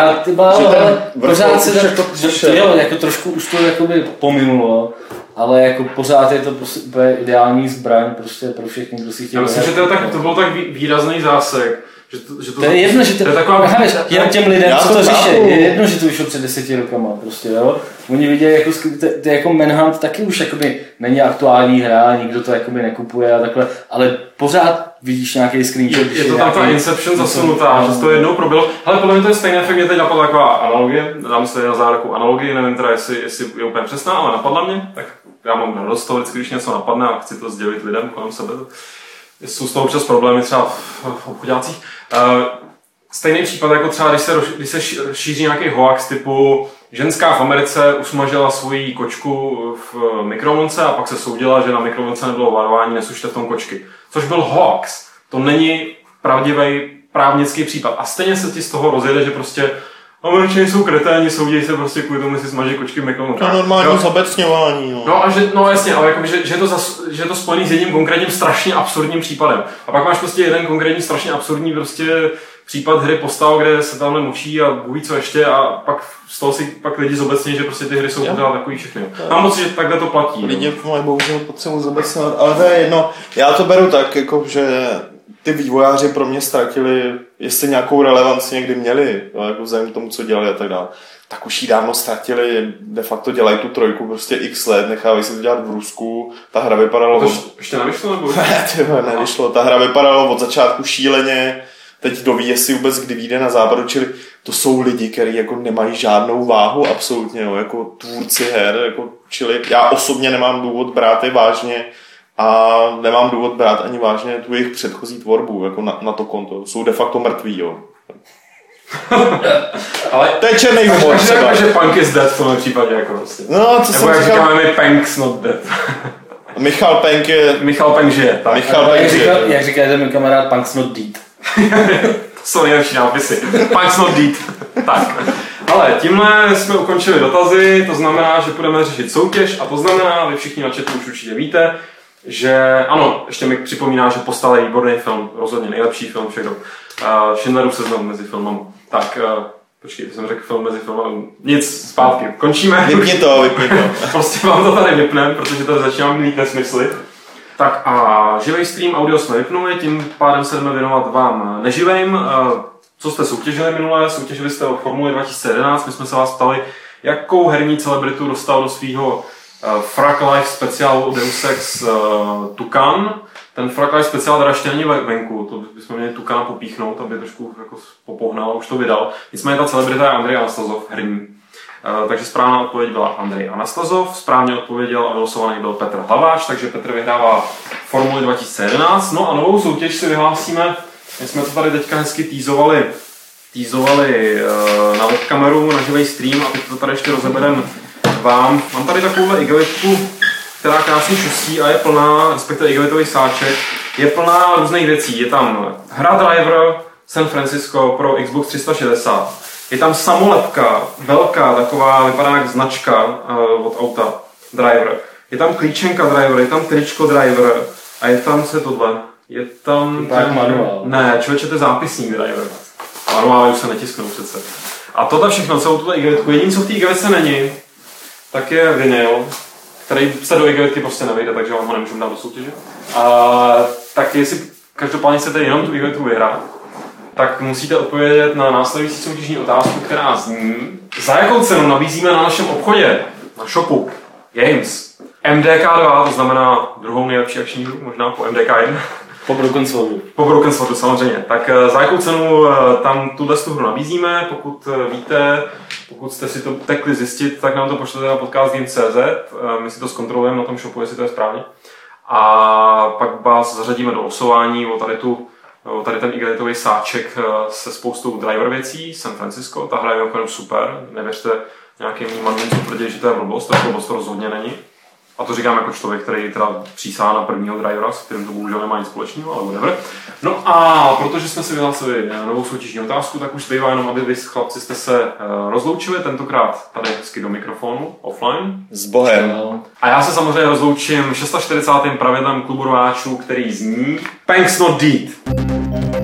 pořád si jako trošku už to jakoby pominulo, ale jako pořád je to prostě úplně ideální zbraň prostě pro všechny, kdo si chtěl. Já myslím, že to byl tak výrazný zásek, že to je jedno, že to je taková, těm lidem, co to řeší, je jedno, že to vyšlo před 10 rokama, prostě, jo. Oni vidějí, jako, to jako Manhunt taky už jakoby není aktuální hra, nikdo to jakoby nekupuje a takhle, ale pořád vidíš nějaký screenshot. Je to tam ta Inception zasunutá, že to jednou probilo. Ale podle mě to je stejné, efekt, mě teď napadla taková analogie, dám se na záruku analogii, nevím teda, jestli je úplně přesná, ale napadla mě, tak já mám radost toho vždycky, když něco napadne a chci to sdělit lidem kolem sebe. Jsou z toho občas problémy třeba v obchodácích. Stejný případ jako třeba, když se šíří nějaký hoax typu ženská v Americe usmažila svoji kočku v mikrovlnce a pak se soudila, že na mikrovlnce nebylo varování, nesušte v tom kočky. Což byl hoax. To není pravdivý právnický případ. A stejně se ti z toho rozjede, že prostě Američané jsou kreténi, soudí se prostě kvůli tomu, si smaží kočky v mikrovlnce. To normální zobecňování. No jasně, ale jakoby, že je to spojený s jedním konkrétním strašně absurdním případem. A pak máš prostě jeden konkrétní strašně absurdní prostě případ hry postav, kde se tamhle mučí a bůh ví co ještě a pak z toho si pak lidi zobecní, že prostě ty hry jsou pořád takový všechny. Mám pocit, že takhle to platí. Lidi mají bohužel potřebu zobecňovat, ale to je jedno. Já to beru tak, jako, že ty vývojáři pro mě ztratili, jestli nějakou relevanci někdy měli, jako vzhledem k tomu, co dělali a tak dále, tak už ji dávno ztratili, de facto dělají tu trojku prostě x let, nechávají si to dělat v Rusku, ta hra vypadala... To ještě nevyšlo nebo? Nevyšlo, ta hra vypadala od začátku šíleně, teď kdo ví, jestli vůbec kdy vyjde na západu, čili to jsou lidi, kteří jako nemají žádnou váhu absolutně, jo, jako tvůrci her, jako, čili já osobně nemám důvod brát je vážně a nemám důvod brát ani vážně tu jejich předchozí tvorbu, jako na to konto, jsou de facto mrtví, jo. Ale to je černý humor třeba. Že punk is dead v tomhle případě, jako prostě. No, co nebo jak říkáme my, punk's not dead. Michal Penk žije. Tak. Jak říká jeden můj kamarád, punk's not dead. To jsou nejlepší nápisy. Punk's not dead. Tak. Ale tímhle jsme ukončili dotazy, to znamená, že budeme řešit soutěž a to znamená, vy všichni na chatu už určitě víte, že ano, ještě mi připomíná, že Postal je výborný film, rozhodně nejlepší film všech dob. Schindlerův seznam mezi filmami. Tak, počkej, jsem řekl film mezi filmami. Nic, zpátky, končíme. Vypni to. Prostě vám to tady vypneme, protože to začínám mít nesmysly. Tak a živý stream audio jsme vypnuli, tím pádem se jdeme věnovat vám neživým. Co jste soutěžili minule? Soutěžili jste o Formuli 2011, my jsme se vás ptali, jakou herní celebritu dostal do svého Frag Life speciálu Deus Ex Tukan. Ten Frag Life speciál teda ještě není venku, to bychom měli Tukana popíchnout, aby trošku jako popohnal a už to vydal. Nicméně ta celebrita je Andrej Anastazov, herní. Takže správná odpověď byla Andrej Anastazov, správně odpověděl a vylosovaný byl Petr Hlaváč, takže Petr vyhrává Formuli 2011. No a novou soutěž si vyhlásíme, my jsme to tady teďka hezky týzovali na webkameru, na živý stream a teď to tady ještě rozebereme vám. Mám tady takovouhle igelitku, která krásně šustí a je plná, respektive igelitových sáček, je plná různých věcí. Je tam hra Driver San Francisco pro Xbox 360. Je tam samolepka, velká, taková, vypadá jak značka od auta Driver. Je tam klíčenka Driver, je tam tričko Driver a je tam se tohle. Je tam... manuál. Ne, člověče, to je zápisník Driver. Manuály už se netisknou přece. A tohle všechno, celou tuhle igelitku, jediné, co v té igelitce není, tak je vinyl, který se do igelitky prostě nevejde, takže vám ho nemůžeme dát do soutěže. Tak jestli každopádně chcete jenom tu igelitku vyhrát, tak musíte odpovědět na následující soutěžní otázku, která zní: za jakou cenu nabízíme na našem obchodě, na shopu Games MDK2, to znamená druhou nejlepší akční hru, možná po MDK1. Po Broken Swordu. Po Broken Swordu, samozřejmě. Tak za jakou cenu tam tuhle hru nabízíme, pokud víte, pokud jste si to tekli zjistit, tak nám to pošlete na podcastgame.cz, my si to zkontrolujeme na tom shopu, jestli to je správně. A pak vás zařadíme do losování o tady ten igelitový sáček se spoustou driver věcí, San Francisco, ta hra je opravdu super, nevěřte nějakým manům, co tvrdí, že to je blbost, to rozhodně není. A to říkám jako člověk, který teda přísahá na prvního drivera, s kterým to bohužel nemá nic společného, ale whatever. No a protože jsme si vyhlásili novou soutěžní otázku, tak už zbývá jenom, aby vy chlapci jste se rozloučili, tentokrát tady hezky do mikrofonu, offline. S Bohem. A já se samozřejmě rozloučím 46. pravidlem klubu rváčů, který zní Punk's not dead.